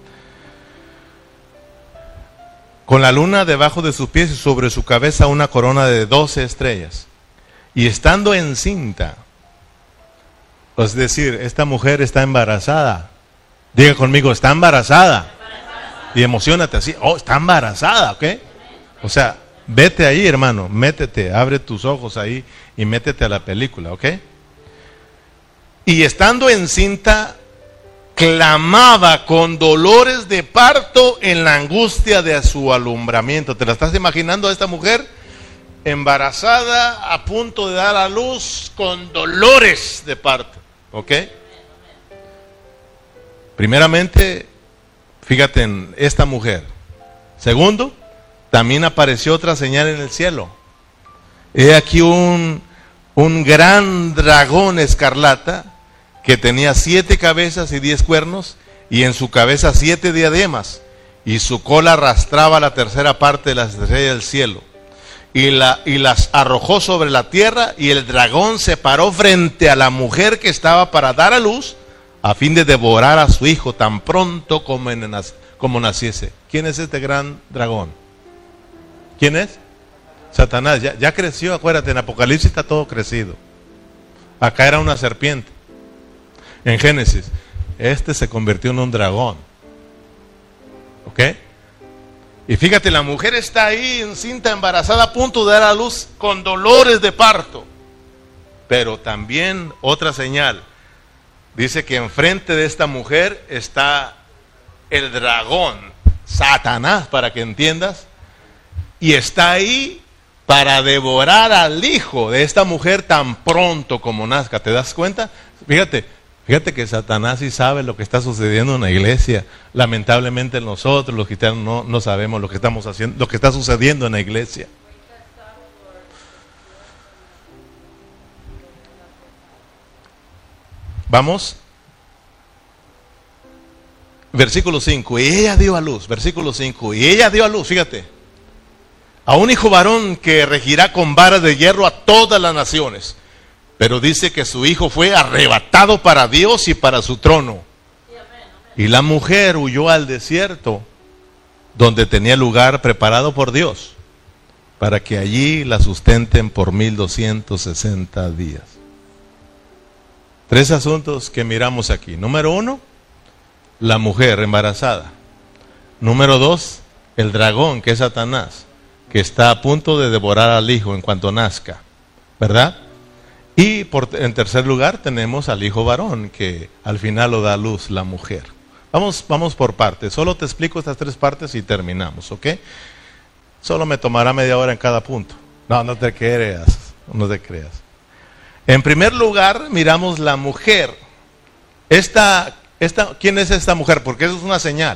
Con la luna debajo de sus pies y sobre su cabeza una corona de 12 estrellas. Y estando encinta, es decir, esta mujer está embarazada. Diga conmigo, está embarazada. Y emocionate así, está embarazada, ¿ok? O sea, vete ahí, hermano, métete, abre tus ojos ahí y métete a la película, ¿ok? Y estando encinta, clamaba con dolores de parto en la angustia de su alumbramiento. ¿Te la estás imaginando a esta mujer? Embarazada, a punto de dar a luz, con dolores de parto, ¿ok? Primeramente, fíjate en esta mujer. Segundo, también apareció otra señal en el cielo. He aquí un gran dragón escarlata que tenía 7 cabezas y 10 cuernos, y en su cabeza 7 diademas, y su cola arrastraba la tercera parte de las estrellas del cielo, y las arrojó sobre la tierra, y el dragón se paró frente a la mujer que estaba para dar a luz, a fin de devorar a su hijo tan pronto como naciese. ¿Quién es este gran dragón? ¿Quién es? Satanás. Ya creció, acuérdate, en Apocalipsis está todo crecido. Acá era una serpiente. En Génesis, se convirtió en un dragón. ¿Ok? Y fíjate, la mujer está ahí encinta, embarazada, a punto de dar a luz, con dolores de parto. Pero también otra señal. Dice que enfrente de esta mujer está el dragón, Satanás, para que entiendas. Y está ahí para devorar al hijo de esta mujer tan pronto como nazca. ¿Te das cuenta? Fíjate que Satanás sí sabe lo que está sucediendo en la iglesia. Lamentablemente nosotros los cristianos no sabemos lo que estamos haciendo, lo que está sucediendo en la iglesia. Vamos. Versículo 5. Y ella dio a luz. Versículo 5. Y ella dio a luz, fíjate, a un hijo varón que regirá con varas de hierro a todas las naciones. Pero dice que su hijo fue arrebatado para Dios y para su trono. Y la mujer huyó al desierto, donde tenía lugar preparado por Dios, para que allí la sustenten por 1260 días. 3 asuntos que miramos aquí. Número 1, la mujer embarazada. Número 2, el dragón, que es Satanás, que está a punto de devorar al hijo en cuanto nazca, ¿verdad? Y en tercer lugar tenemos al hijo varón, que al final lo da a luz la mujer. Vamos por partes. Solo te explico estas 3 partes y terminamos, ¿ok? Solo me tomará media hora en cada punto. No te creas, no te creas. En primer lugar, miramos la mujer. ¿Quién es esta mujer? Porque eso es una señal.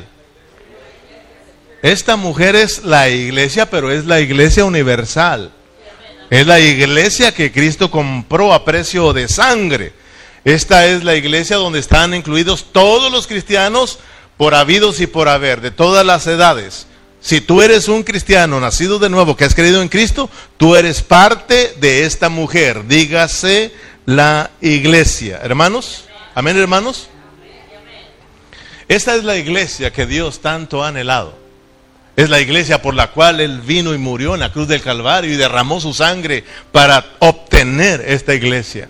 Esta mujer es la iglesia, pero es la iglesia universal. Es la iglesia que Cristo compró a precio de sangre. Esta es la iglesia donde están incluidos todos los cristianos por habidos y por haber, de todas las edades. Si tú eres un cristiano nacido de nuevo que has creído en Cristo, tú eres parte de esta mujer, dígase la iglesia. Hermanos, amén, hermanos. Esta es la iglesia que Dios tanto ha anhelado. Es la iglesia por la cual Él vino y murió en la cruz del Calvario y derramó su sangre para obtener esta iglesia.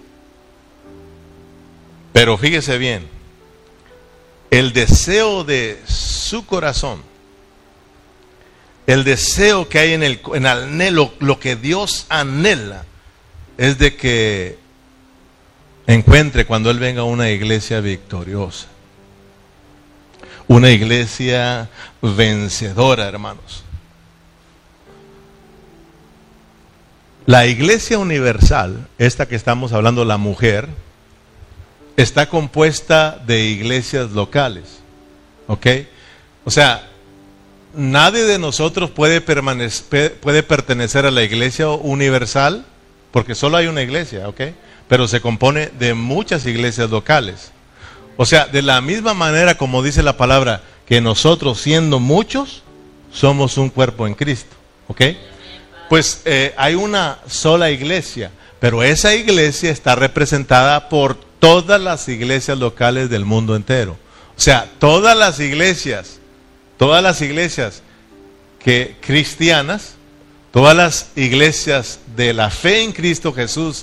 Pero fíjese bien, el deseo de su corazón, el deseo que hay en el anhelo, lo que Dios anhela, es de que encuentre cuando Él venga una iglesia victoriosa. Una iglesia vencedora, hermanos. La iglesia universal, esta que estamos hablando, la mujer, está compuesta de iglesias locales. ¿Ok? O sea, nadie de nosotros puede pertenecer a la iglesia universal, porque solo hay una iglesia, ¿ok? Pero se compone de muchas iglesias locales. O sea, de la misma manera como dice la palabra, que nosotros siendo muchos, somos un cuerpo en Cristo, ¿ok? Pues hay una sola iglesia, pero esa iglesia está representada por todas las iglesias locales del mundo entero. O sea, todas las iglesias que cristianas, todas las iglesias de la fe en Cristo Jesús,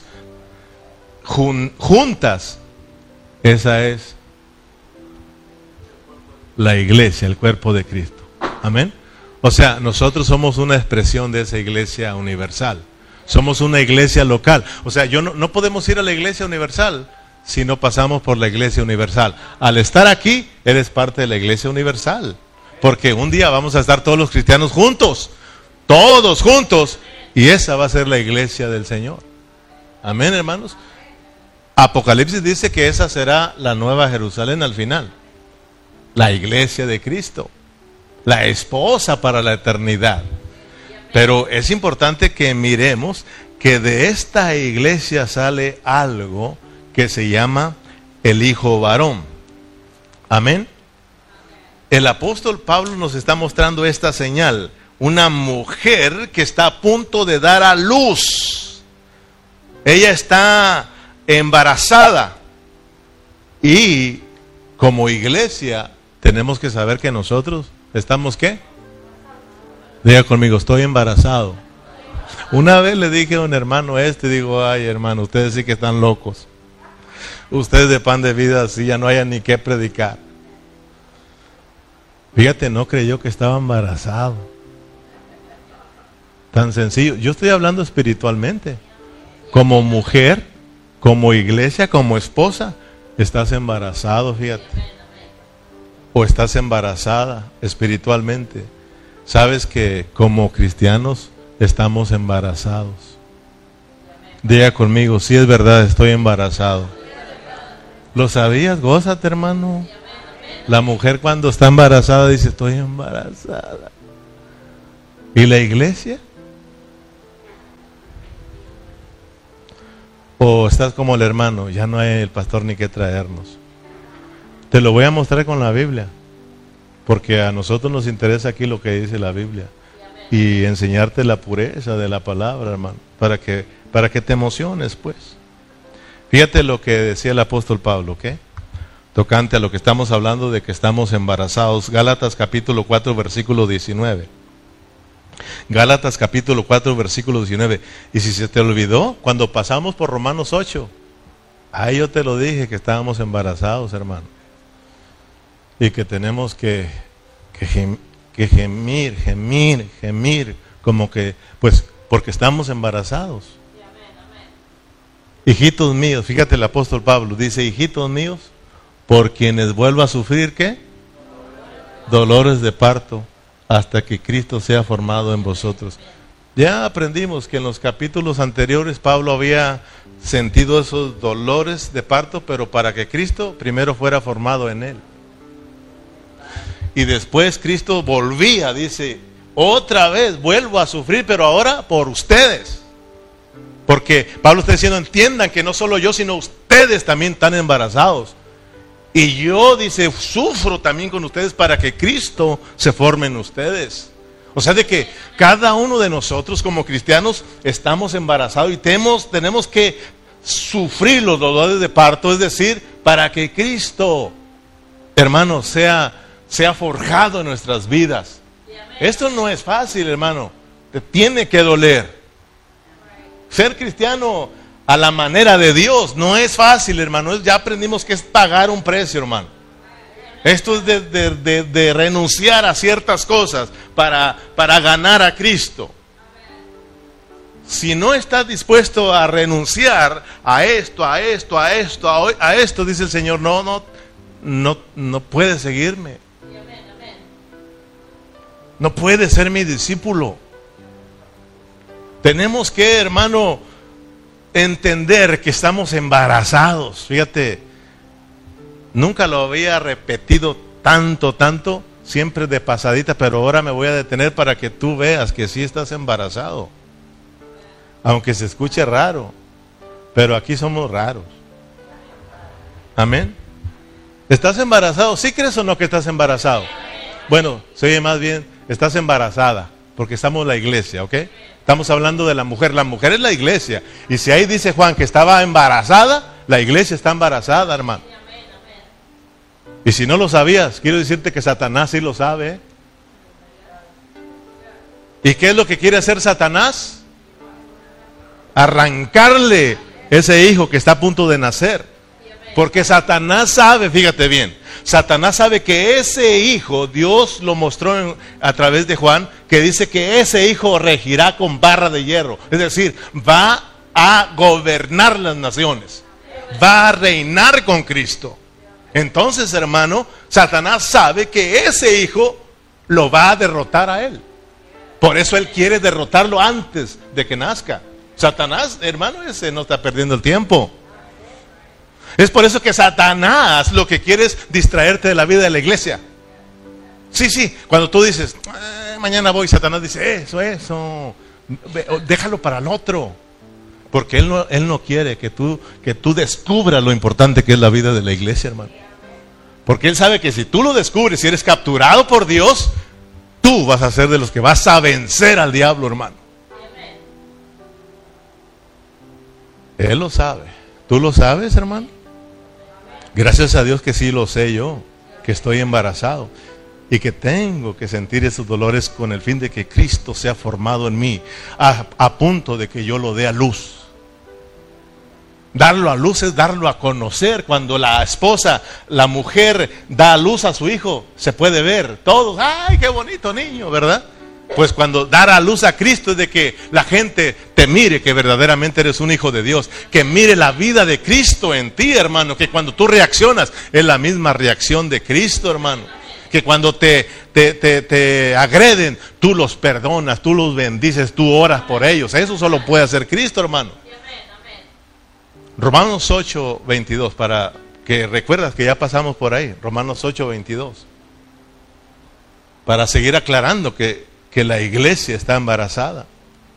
juntas, esa es la iglesia, el cuerpo de Cristo. Amén. O sea, nosotros somos una expresión de esa iglesia universal. Somos una iglesia local. O sea, no podemos ir a la iglesia universal si no pasamos por la iglesia universal. Al estar aquí, eres parte de la iglesia universal. Porque un día vamos a estar todos los cristianos juntos. Todos juntos. Y esa va a ser la iglesia del Señor. Amén, hermanos. Apocalipsis dice que esa será la nueva Jerusalén al final. La iglesia de Cristo, la esposa para la eternidad. Pero es importante que miremos que de esta iglesia sale algo que se llama el hijo varón. Amén. El apóstol Pablo nos está mostrando esta señal. Una mujer que está a punto de dar a luz. Ella está embarazada. Y como iglesia tenemos que saber que nosotros estamos ¿qué? Diga conmigo, estoy embarazado. Una vez le dije a un hermano digo, ay hermano, ustedes sí que están locos. Ustedes de Pan de Vida así ya no hayan ni qué predicar. Fíjate, no creyó que estaba embarazado. Tan sencillo. Yo estoy hablando espiritualmente. Como mujer, como iglesia, como esposa, estás embarazado, fíjate. O estás embarazada espiritualmente. Sabes que como cristianos estamos embarazados. Diga conmigo, sí es verdad, estoy embarazado. ¿Lo sabías? Gózate, hermano. La mujer cuando está embarazada dice, estoy embarazada. ¿Y la iglesia? O estás como el hermano, ya no hay el pastor ni que traernos. Te lo voy a mostrar con la Biblia, porque a nosotros nos interesa aquí lo que dice la Biblia y enseñarte la pureza de la palabra, hermano, para que te emociones, pues. Fíjate lo que decía el apóstol Pablo, ¿ok? Tocante a lo que estamos hablando de que estamos embarazados. Gálatas capítulo 4, versículo 19. Gálatas capítulo 4, versículo 19. Y si se te olvidó, cuando pasamos por Romanos 8, ahí yo te lo dije que estábamos embarazados, hermano. Y que tenemos que gemir, como que, pues, porque estamos embarazados. Hijitos míos, fíjate el apóstol Pablo, dice, hijitos míos, por quienes vuelvo a sufrir, ¿qué? dolores de parto, hasta que Cristo sea formado en vosotros. Ya aprendimos que en los capítulos anteriores Pablo había sentido esos dolores de parto, pero para que Cristo primero fuera formado en él. Y después Cristo volvía, dice, otra vez vuelvo a sufrir, pero ahora por ustedes. Porque Pablo está diciendo, entiendan que no solo yo, sino ustedes también están embarazados. Y yo, dice, sufro también con ustedes para que Cristo se forme en ustedes. O sea, de que cada uno de nosotros como cristianos estamos embarazados y tenemos que sufrir los dolores de parto, es decir, para que Cristo, hermano, sea forjado en nuestras vidas. Esto no es fácil, hermano. Te tiene que doler. Ser cristiano a la manera de Dios no es fácil, hermano. Ya aprendimos que es pagar un precio, hermano. Esto es de renunciar a ciertas cosas para ganar a Cristo. Si no estás dispuesto a renunciar a esto, dice el Señor, no puedes seguirme. No puedes ser mi discípulo. Tenemos que, hermano, entender que estamos embarazados. Fíjate, nunca lo había repetido tanto, siempre de pasadita, pero ahora me voy a detener para que tú veas que sí estás embarazado. Aunque se escuche raro, pero aquí somos raros. Amén. ¿Estás embarazado? ¿Sí crees o no que estás embarazado? Bueno, se oye más bien, estás embarazada, porque estamos en la iglesia, ¿ok? Estamos hablando de la mujer. La mujer es la iglesia. Y si ahí dice Juan que estaba embarazada, la iglesia está embarazada, hermano. Y si no lo sabías, quiero decirte que Satanás sí lo sabe. ¿Y qué es lo que quiere hacer Satanás? Arrancarle ese hijo que está a punto de nacer. Porque Satanás sabe, fíjate bien, Satanás sabe que ese hijo, Dios lo mostró a través de Juan, que dice que ese hijo regirá con barra de hierro. Es decir, va a gobernar las naciones, va a reinar con Cristo. Entonces, hermano, Satanás sabe que ese hijo lo va a derrotar a él. Por eso él quiere derrotarlo antes de que nazca. Satanás, hermano, ese no está perdiendo el tiempo. Es por eso que Satanás lo que quiere es distraerte de la vida de la iglesia. Sí, cuando tú dices, mañana voy, Satanás dice, eso, déjalo para el otro. Porque él no quiere que tú descubras lo importante que es la vida de la iglesia, hermano. Porque él sabe que si tú lo descubres, si eres capturado por Dios, tú vas a ser de los que vas a vencer al diablo, hermano. Él lo sabe. ¿Tú lo sabes, hermano? Gracias a Dios que sí lo sé yo, que estoy embarazado y que tengo que sentir esos dolores con el fin de que Cristo sea formado en mí, a punto de que yo lo dé a luz. Darlo a luz es darlo a conocer. Cuando la esposa, la mujer da a luz a su hijo, se puede ver todos, ¡ay, qué bonito niño!, ¿verdad? Pues cuando dar a luz a Cristo es de que la gente te mire que verdaderamente eres un hijo de Dios, que mire la vida de Cristo en ti, hermano, que cuando tú reaccionas es la misma reacción de Cristo, hermano, que cuando te agreden, tú los perdonas, tú los bendices, tú oras por ellos. Eso solo puede hacer Cristo, hermano. Romanos 8:22, para que recuerdas que ya pasamos por ahí. Romanos 8:22, para seguir aclarando que la iglesia está embarazada.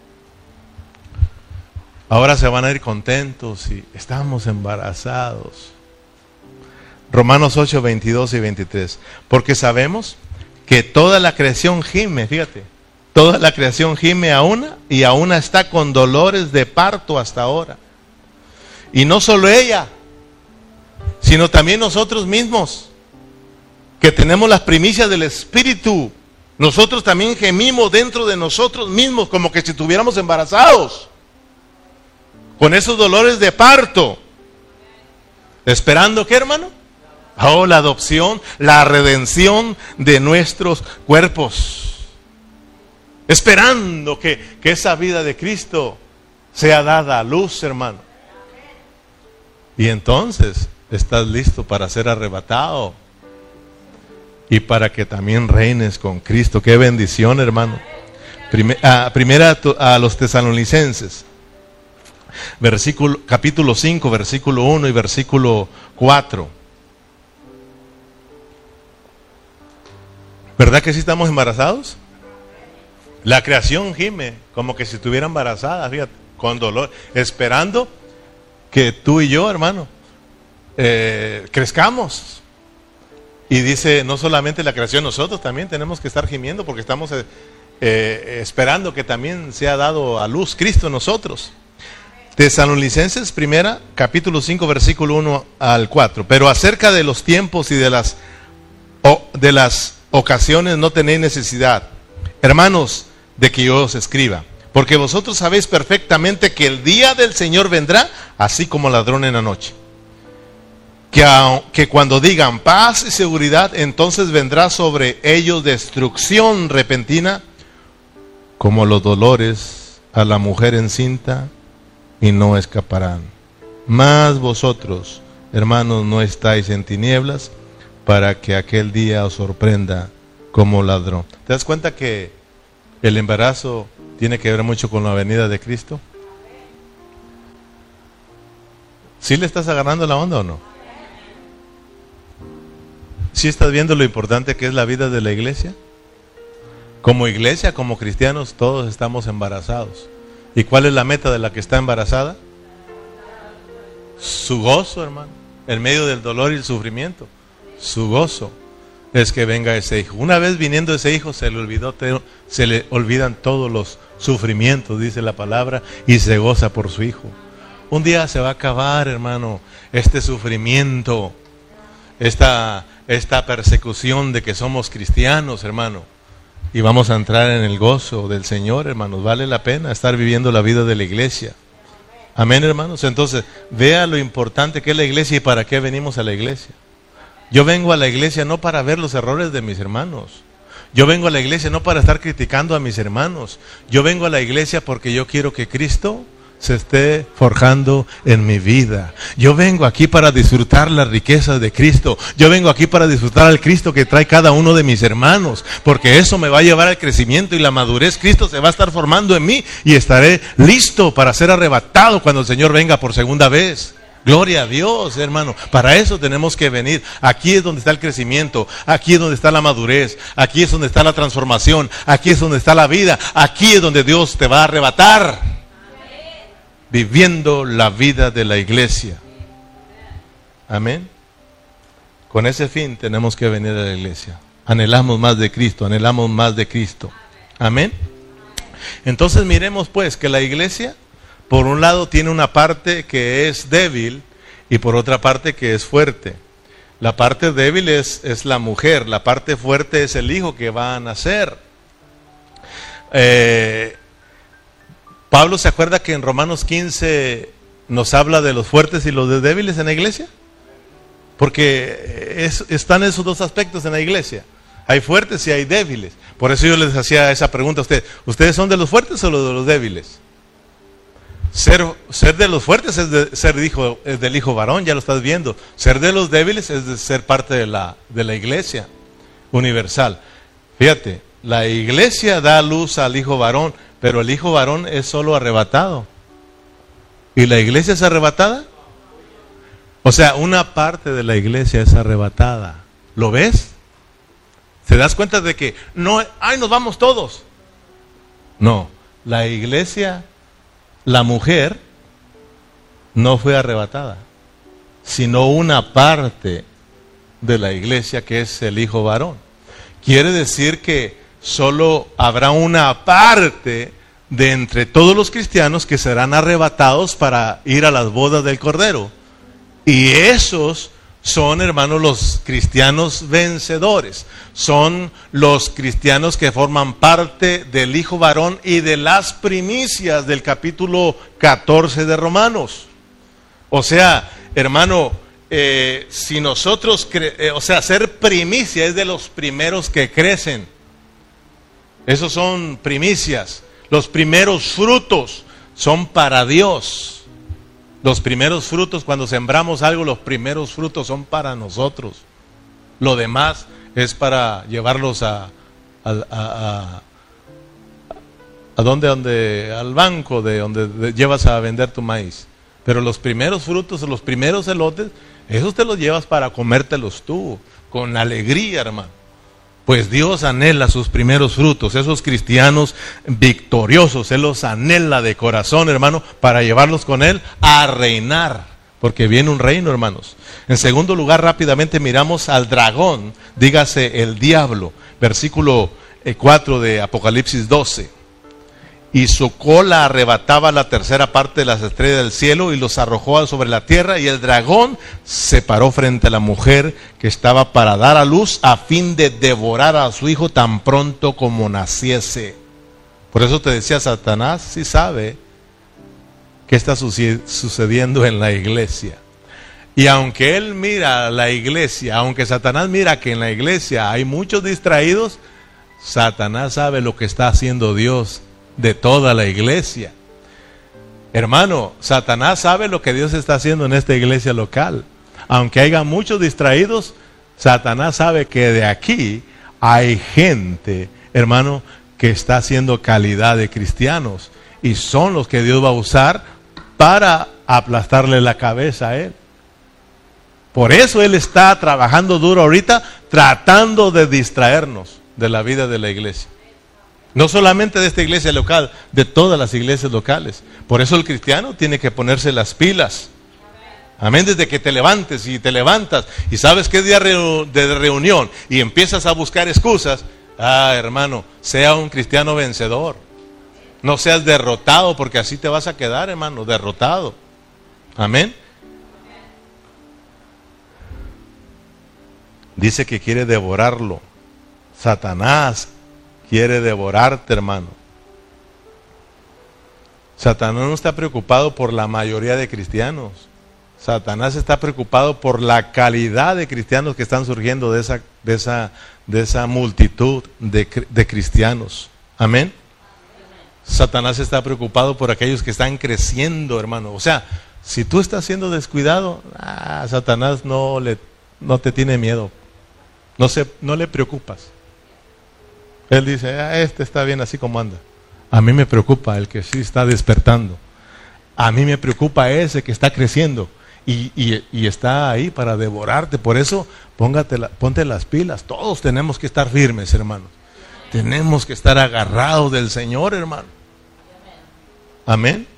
Ahora se van a ir contentos y estamos embarazados. Romanos 8:22 y 23. Porque sabemos que toda la creación gime, fíjate, toda la creación gime a una y a una está con dolores de parto hasta ahora. Y no solo ella, sino también nosotros mismos, que tenemos las primicias del Espíritu. Nosotros también gemimos dentro de nosotros mismos como que si estuviéramos embarazados, con esos dolores de parto. ¿Esperando qué, hermano? Oh, la adopción, la redención de nuestros cuerpos. Esperando que esa vida de Cristo sea dada a luz, hermano. Y entonces estás listo para ser arrebatado. y para que también reines con Cristo. Qué bendición, hermano. Primera a los Tesalonicenses, capítulo 5, versículo 1 y versículo 4. ¿Verdad que sí estamos embarazados? La creación gime como que si estuviera embarazada, fíjate, con dolor, esperando que tú y yo, hermano, crezcamos. Y dice, no solamente la creación, nosotros también tenemos que estar gimiendo porque estamos esperando que también sea dado a luz Cristo en nosotros. Tesalonicenses primera, capítulo 5, versículo 1 al 4. Pero acerca de los tiempos y de las ocasiones no tenéis necesidad, hermanos, de que yo os escriba, porque vosotros sabéis perfectamente que el día del Señor vendrá así como ladrón en la noche. Que cuando digan paz y seguridad, entonces vendrá sobre ellos destrucción repentina, como los dolores a la mujer encinta, y no escaparán. Mas vosotros, hermanos, no estáis en tinieblas, para que aquel día os sorprenda como ladrón. ¿Te das cuenta que el embarazo tiene que ver mucho con la venida de Cristo? ¿Sí le estás agarrando la onda o no? ¿Sí estás viendo lo importante que es la vida de la iglesia? Como iglesia, como cristianos, todos estamos embarazados. ¿Y cuál es la meta de la que está embarazada? Su gozo, hermano, en medio del dolor y el sufrimiento. Su gozo es que venga ese hijo. Una vez viniendo ese hijo, se le olvidan todos los sufrimientos, dice la palabra, y se goza por su hijo. Un día se va a acabar, hermano, este sufrimiento, esta persecución de que somos cristianos, hermano, y vamos a entrar en el gozo del Señor, hermanos. Vale la pena estar viviendo la vida de la iglesia. Amén, hermanos. Entonces, vea lo importante que es la iglesia y para qué venimos a la iglesia. Yo vengo a la iglesia no para ver los errores de mis hermanos. Yo vengo a la iglesia no para estar criticando a mis hermanos. Yo vengo a la iglesia porque yo quiero que Cristo se esté forjando en mi vida. Yo vengo aquí para disfrutar las riquezas de Cristo. Yo vengo aquí para disfrutar al Cristo que trae cada uno de mis hermanos, porque eso me va a llevar al crecimiento y la madurez. Cristo se va a estar formando en mí y estaré listo para ser arrebatado cuando el Señor venga por segunda vez. Gloria a Dios, hermano. Para eso tenemos que venir. Aquí es donde está el crecimiento. Aquí es donde está la madurez. Aquí es donde está la transformación. Aquí es donde está la vida. Aquí es donde Dios te va a arrebatar. Viviendo la vida de la iglesia. Amén. Con ese fin tenemos que venir a la iglesia. Anhelamos más de Cristo. Anhelamos más de Cristo. Amén. Entonces miremos pues que la iglesia, por un lado, tiene una parte que es débil y por otra parte que es fuerte. La parte débil es la mujer, la parte fuerte es el hijo que va a nacer. Pablo se acuerda que en Romanos 15 nos habla de los fuertes y los débiles en la iglesia. Porque están esos dos aspectos en la iglesia. Hay fuertes y hay débiles. Por eso yo les hacía esa pregunta a ustedes. ¿Ustedes son de los fuertes o de los débiles? Ser de los fuertes es del hijo varón, ya lo estás viendo. Ser de los débiles es de ser parte de la iglesia universal. Fíjate, la iglesia da luz al hijo varón, pero el hijo varón es solo arrebatado. ¿Y la iglesia es arrebatada? O sea, una parte de la iglesia es arrebatada. ¿Lo ves? ¿Te das cuenta de que no, nos vamos todos? No, la iglesia, la mujer no fue arrebatada, sino una parte de la iglesia que es el hijo varón. Quiere decir que solo habrá una parte de entre todos los cristianos que serán arrebatados para ir a las bodas del Cordero. Y esos son, hermanos, los cristianos vencedores. Son los cristianos que forman parte del hijo varón y de las primicias del capítulo 14 de Romanos. O sea, hermano, si nosotros, ser primicia es de los primeros que crecen. Esos son primicias. Los primeros frutos son para Dios. Los primeros frutos, cuando sembramos algo, los primeros frutos son para nosotros. Lo demás es para llevarlos a donde al banco de donde llevas a vender tu maíz. Pero los primeros frutos, los primeros elotes, esos te los llevas para comértelos tú, con alegría, hermano. Pues Dios anhela sus primeros frutos, esos cristianos victoriosos, Él los anhela de corazón, hermano, para llevarlos con Él a reinar, porque viene un reino, hermanos. En segundo lugar, rápidamente miramos al dragón, dígase el diablo, versículo 4 de Apocalipsis 12. Y su cola arrebataba la tercera parte de las estrellas del cielo y los arrojó sobre la tierra, y el dragón se paró frente a la mujer que estaba para dar a luz, a fin de devorar a su hijo tan pronto como naciese. Por eso te decía, Satanás sí sabe qué está sucediendo en la iglesia. Y aunque él mira la iglesia, aunque Satanás mira que en la iglesia hay muchos distraídos, Satanás sabe lo que está haciendo Dios de toda la iglesia. Hermano, Satanás sabe lo que Dios está haciendo en esta iglesia local. Aunque haya muchos distraídos, Satanás sabe que de aquí hay gente, hermano, que está haciendo calidad de cristianos, y son los que Dios va a usar para aplastarle la cabeza a él. Por eso él está trabajando duro ahorita, tratando de distraernos de la vida de la iglesia. No solamente de esta iglesia local, de todas las iglesias locales. Por eso el cristiano tiene que ponerse las pilas. Amén, desde que te levantes y te levantas y sabes que es día de reunión y empiezas a buscar excusas. Hermano, sea un cristiano vencedor. No seas derrotado, porque así te vas a quedar, hermano, derrotado. Amén. Dice que quiere devorarlo. Satanás quiere devorarte, hermano. Satanás no está preocupado por la mayoría de cristianos. Satanás está preocupado por la calidad de cristianos que están surgiendo de esa multitud de cristianos. Amén. Satanás está preocupado por aquellos que están creciendo, hermano. O sea, si tú estás siendo descuidado, Satanás no te tiene miedo. No le preocupas. Él dice, este está bien así como anda. A mí me preocupa el que sí está despertando. A mí me preocupa ese que está creciendo y está ahí para devorarte. Por eso ponte las pilas. Todos tenemos que estar firmes, hermanos. Tenemos que estar agarrados del Señor, hermano. Amén.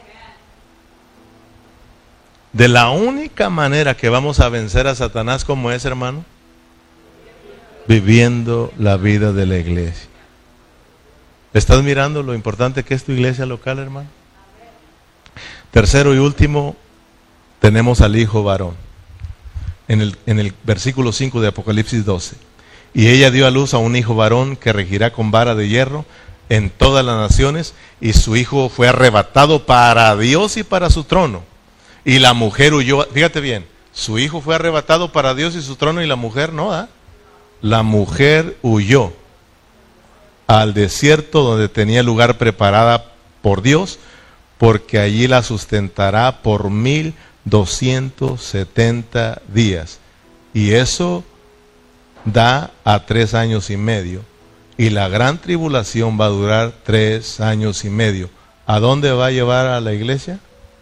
De la única manera que vamos a vencer a Satanás, ¿cómo es, hermano? Viviendo la vida de la iglesia. ¿Estás mirando lo importante que es tu iglesia local, hermano? Tercero y último, tenemos al hijo varón. En el versículo 5 de Apocalipsis 12. Y ella dio a luz a un hijo varón que regirá con vara de hierro en todas las naciones, y su hijo fue arrebatado para Dios y para su trono. Y la mujer huyó. Fíjate bien, su hijo fue arrebatado para Dios y su trono, y la mujer no, La mujer huyó al desierto donde tenía lugar preparada por Dios, porque allí la sustentará por 1270 días. Y eso da a 3 años y medio. Y la gran tribulación va a durar 3 años y medio. ¿A dónde va a llevar a la iglesia?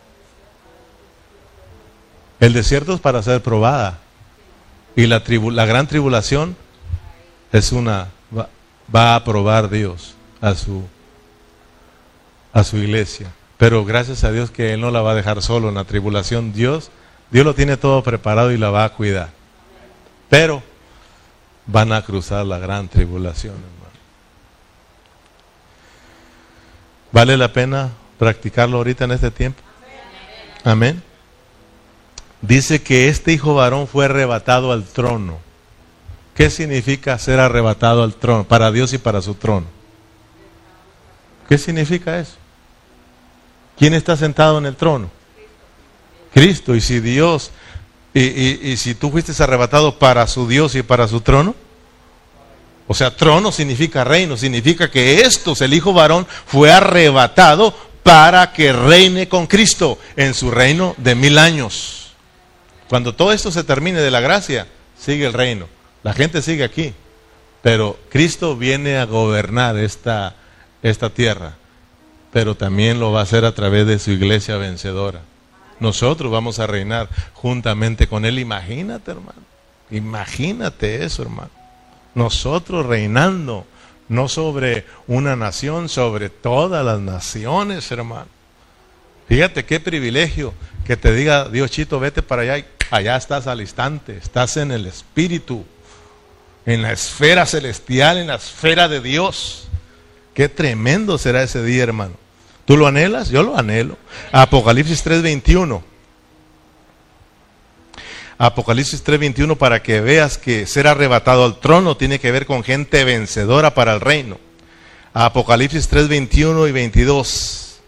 El desierto es para ser probada. Y la gran tribulación va a probar Dios a su iglesia. Pero gracias a Dios que Él no la va a dejar solo en la tribulación. Dios lo tiene todo preparado y la va a cuidar. Pero van a cruzar la gran tribulación, hermano. ¿Vale la pena practicarlo ahorita en este tiempo? Amén. Dice que este hijo varón fue arrebatado al trono. ¿Qué significa ser arrebatado al trono? Para Dios y para su trono. ¿Qué significa eso? ¿Quién está sentado en el trono? Cristo. Y si Dios, y si tú fuiste arrebatado para su Dios y para su trono, o sea, trono significa reino, significa que el hijo varón, fue arrebatado para que reine con Cristo en su reino de 1000 años. Cuando todo esto se termine de la gracia, sigue el reino. La gente sigue aquí, pero Cristo viene a gobernar esta tierra, pero también lo va a hacer a través de su iglesia vencedora. Nosotros vamos a reinar juntamente con Él. Imagínate, hermano. Imagínate eso, hermano. Nosotros reinando, no sobre una nación, sobre todas las naciones, hermano. Fíjate qué privilegio que te diga Dios, Chito, vete para allá, y allá estás al instante, estás en el Espíritu, en la esfera celestial, en la esfera de Dios. Qué tremendo será ese día, hermano. ¿Tú lo anhelas? Yo lo anhelo. Apocalipsis 3:21. Apocalipsis 3:21, para que veas que ser arrebatado al trono tiene que ver con gente vencedora para el reino. Apocalipsis 3:21 y 22.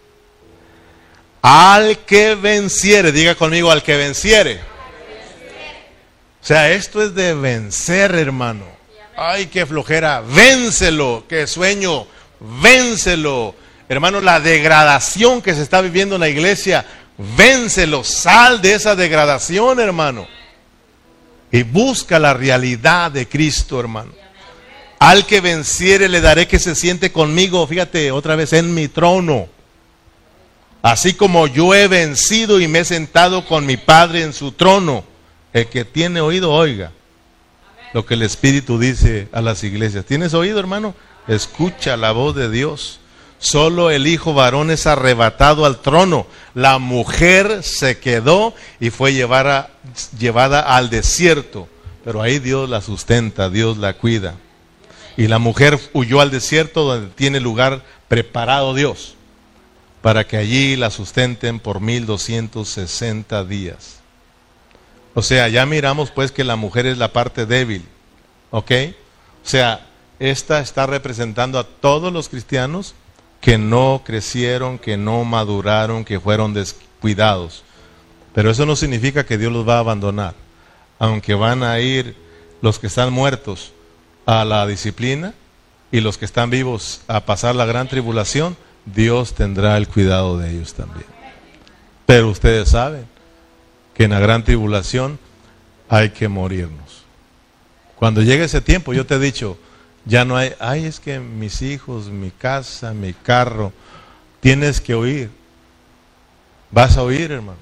Al que venciere, diga conmigo, al que venciere. O sea, esto es de vencer, hermano. Ay, qué flojera, vénselo, qué sueño, vénselo. Hermano, la degradación que se está viviendo en la iglesia, vénselo, sal de esa degradación, hermano. Y busca la realidad de Cristo, hermano. Al que venciere le daré que se siente conmigo, fíjate, otra vez en mi trono. Así como yo he vencido y me he sentado con mi Padre en su trono. El que tiene oído, oiga lo que el Espíritu dice a las iglesias. ¿Tienes oído, hermano? Escucha la voz de Dios. Solo el hijo varón es arrebatado al trono. La mujer se quedó y fue llevada al desierto. Pero ahí Dios la sustenta, Dios la cuida. Y la mujer huyó al desierto donde tiene lugar preparado Dios, para que allí la sustenten por 1260 días. O sea, ya miramos pues que la mujer es la parte débil, ¿ok? O sea, esta está representando a todos los cristianos que no crecieron, que no maduraron, que fueron descuidados. Pero eso no significa que Dios los va a abandonar. Aunque van a ir los que están muertos a la disciplina y los que están vivos a pasar la gran tribulación, Dios tendrá el cuidado de ellos también. Pero ustedes saben que en la gran tribulación hay que morirnos. Cuando llegue ese tiempo, yo te he dicho, ya no hay, ay, es que mis hijos, mi casa, mi carro, tienes que huir. Vas a huir, hermano.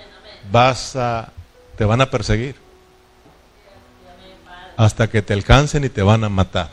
Te van a perseguir hasta que te alcancen y te van a matar.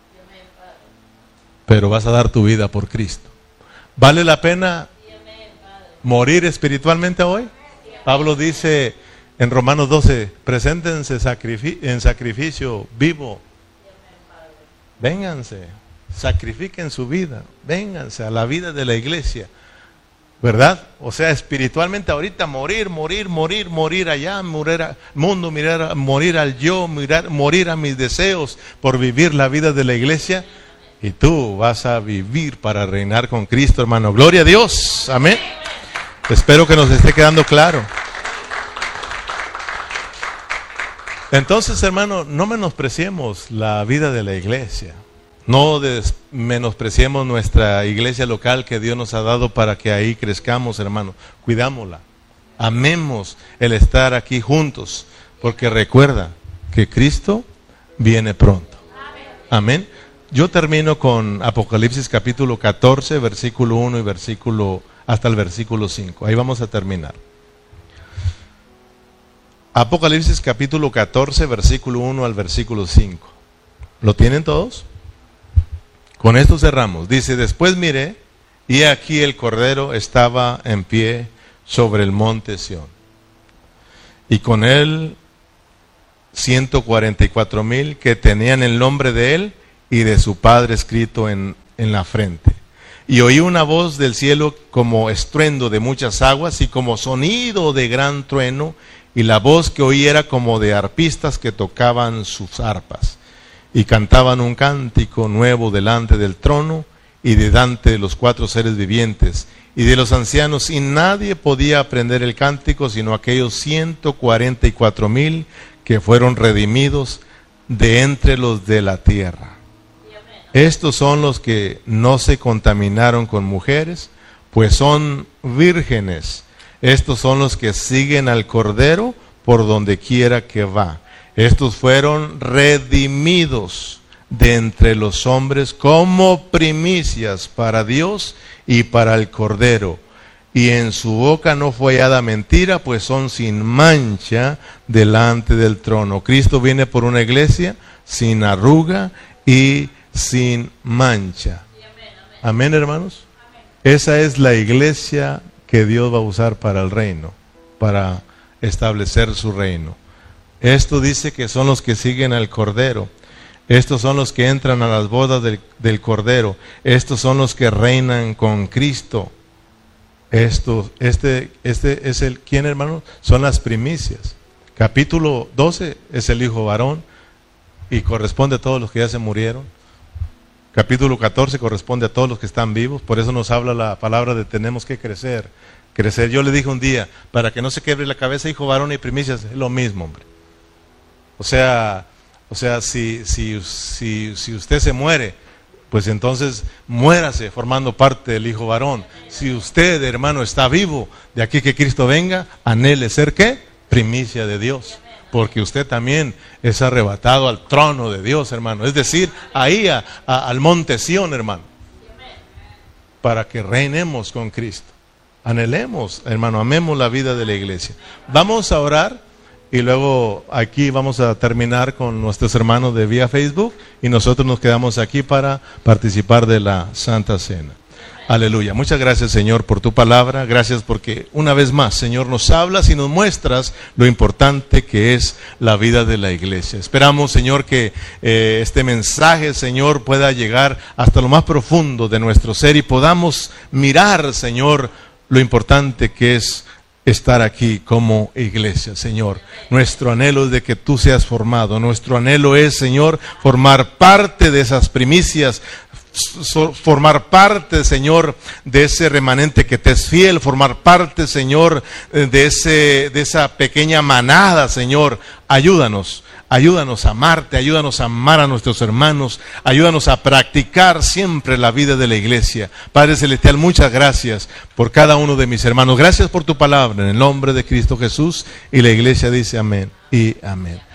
Pero vas a dar tu vida por Cristo. ¿Vale la pena morir espiritualmente hoy? Pablo dice en Romanos 12, preséntense en sacrificio vivo. Vénganse, sacrifiquen su vida, vénganse a la vida de la iglesia, ¿verdad? O sea, espiritualmente ahorita morir allá, morir al mundo, morir al yo, morir a mis deseos por vivir la vida de la iglesia. Y tú vas a vivir para reinar con Cristo, hermano. Gloria a Dios, amén. Espero que nos esté quedando claro. Entonces, hermano, no menospreciemos la vida de la iglesia. No menospreciemos nuestra iglesia local que Dios nos ha dado para que ahí crezcamos, hermano. Cuidámosla. Amemos el estar aquí juntos. Porque recuerda que Cristo viene pronto. Amén. Yo termino con Apocalipsis capítulo 14, versículo 1 y hasta el versículo 5. Ahí vamos a terminar. Apocalipsis capítulo 14, versículo 1 al versículo 5. ¿Lo tienen todos? Con esto cerramos. Dice, después miré, y aquí el Cordero estaba en pie sobre el monte Sión. Y con él 144,000 que tenían el nombre de él y de su Padre escrito en la frente. Y oí una voz del cielo como estruendo de muchas aguas y como sonido de gran trueno, y la voz que oí era como de arpistas que tocaban sus arpas, y cantaban un cántico nuevo delante del trono, y delante de los 4 seres vivientes, y de los ancianos, y nadie podía aprender el cántico, sino aquellos 144,000 que fueron redimidos de entre los de la tierra. Estos son los que no se contaminaron con mujeres, pues son vírgenes. Estos son los que siguen al Cordero por donde quiera que va. Estos fueron redimidos de entre los hombres como primicias para Dios y para el Cordero. Y en su boca no fue hallada mentira, pues son sin mancha delante del trono. Cristo viene por una iglesia sin arruga y sin mancha. Amén, hermanos. Esa es la iglesia que Dios va a usar para el reino, para establecer su reino. Esto dice que son los que siguen al Cordero. Estos son los que entran a las bodas del Cordero. Estos son los que reinan con Cristo. Este es el, ¿quién, hermano? Son las primicias. Capítulo 12 es el hijo varón y corresponde a todos los que ya se murieron. Capítulo 14 corresponde a todos los que están vivos. Por eso nos habla la palabra de tenemos que crecer. Crecer. Yo le dije un día, para que no se quiebre la cabeza, hijo varón y primicias, es lo mismo, hombre. O sea, si usted se muere, pues entonces muérase formando parte del hijo varón. Si usted, hermano, está vivo, de aquí que Cristo venga, anhele ser ¿qué? Primicia de Dios. Porque usted también es arrebatado al trono de Dios, hermano. Es decir, ahí al monte Sión, hermano. Para que reinemos con Cristo. Anhelemos, hermano, amemos la vida de la iglesia. Vamos a orar. Y luego aquí vamos a terminar con nuestros hermanos de vía Facebook y nosotros nos quedamos aquí para participar de la Santa Cena. Aleluya. Muchas gracias, Señor, por tu palabra. Gracias porque una vez más, Señor, nos hablas y nos muestras lo importante que es la vida de la iglesia. Esperamos, Señor, que este mensaje, Señor, pueda llegar hasta lo más profundo de nuestro ser y podamos mirar, Señor, lo importante que es estar aquí como iglesia, Señor. Nuestro anhelo es de que tú seas formado. Nuestro anhelo es, Señor, formar parte de esas primicias, formar parte, Señor, de ese remanente que te es fiel, formar parte, Señor, de esa pequeña manada, Señor. Ayúdanos a amarte, ayúdanos a amar a nuestros hermanos, ayúdanos a practicar siempre la vida de la iglesia. Padre Celestial, muchas gracias por cada uno de mis hermanos. Gracias por tu palabra, en el nombre de Cristo Jesús. Y la iglesia dice amén y amén.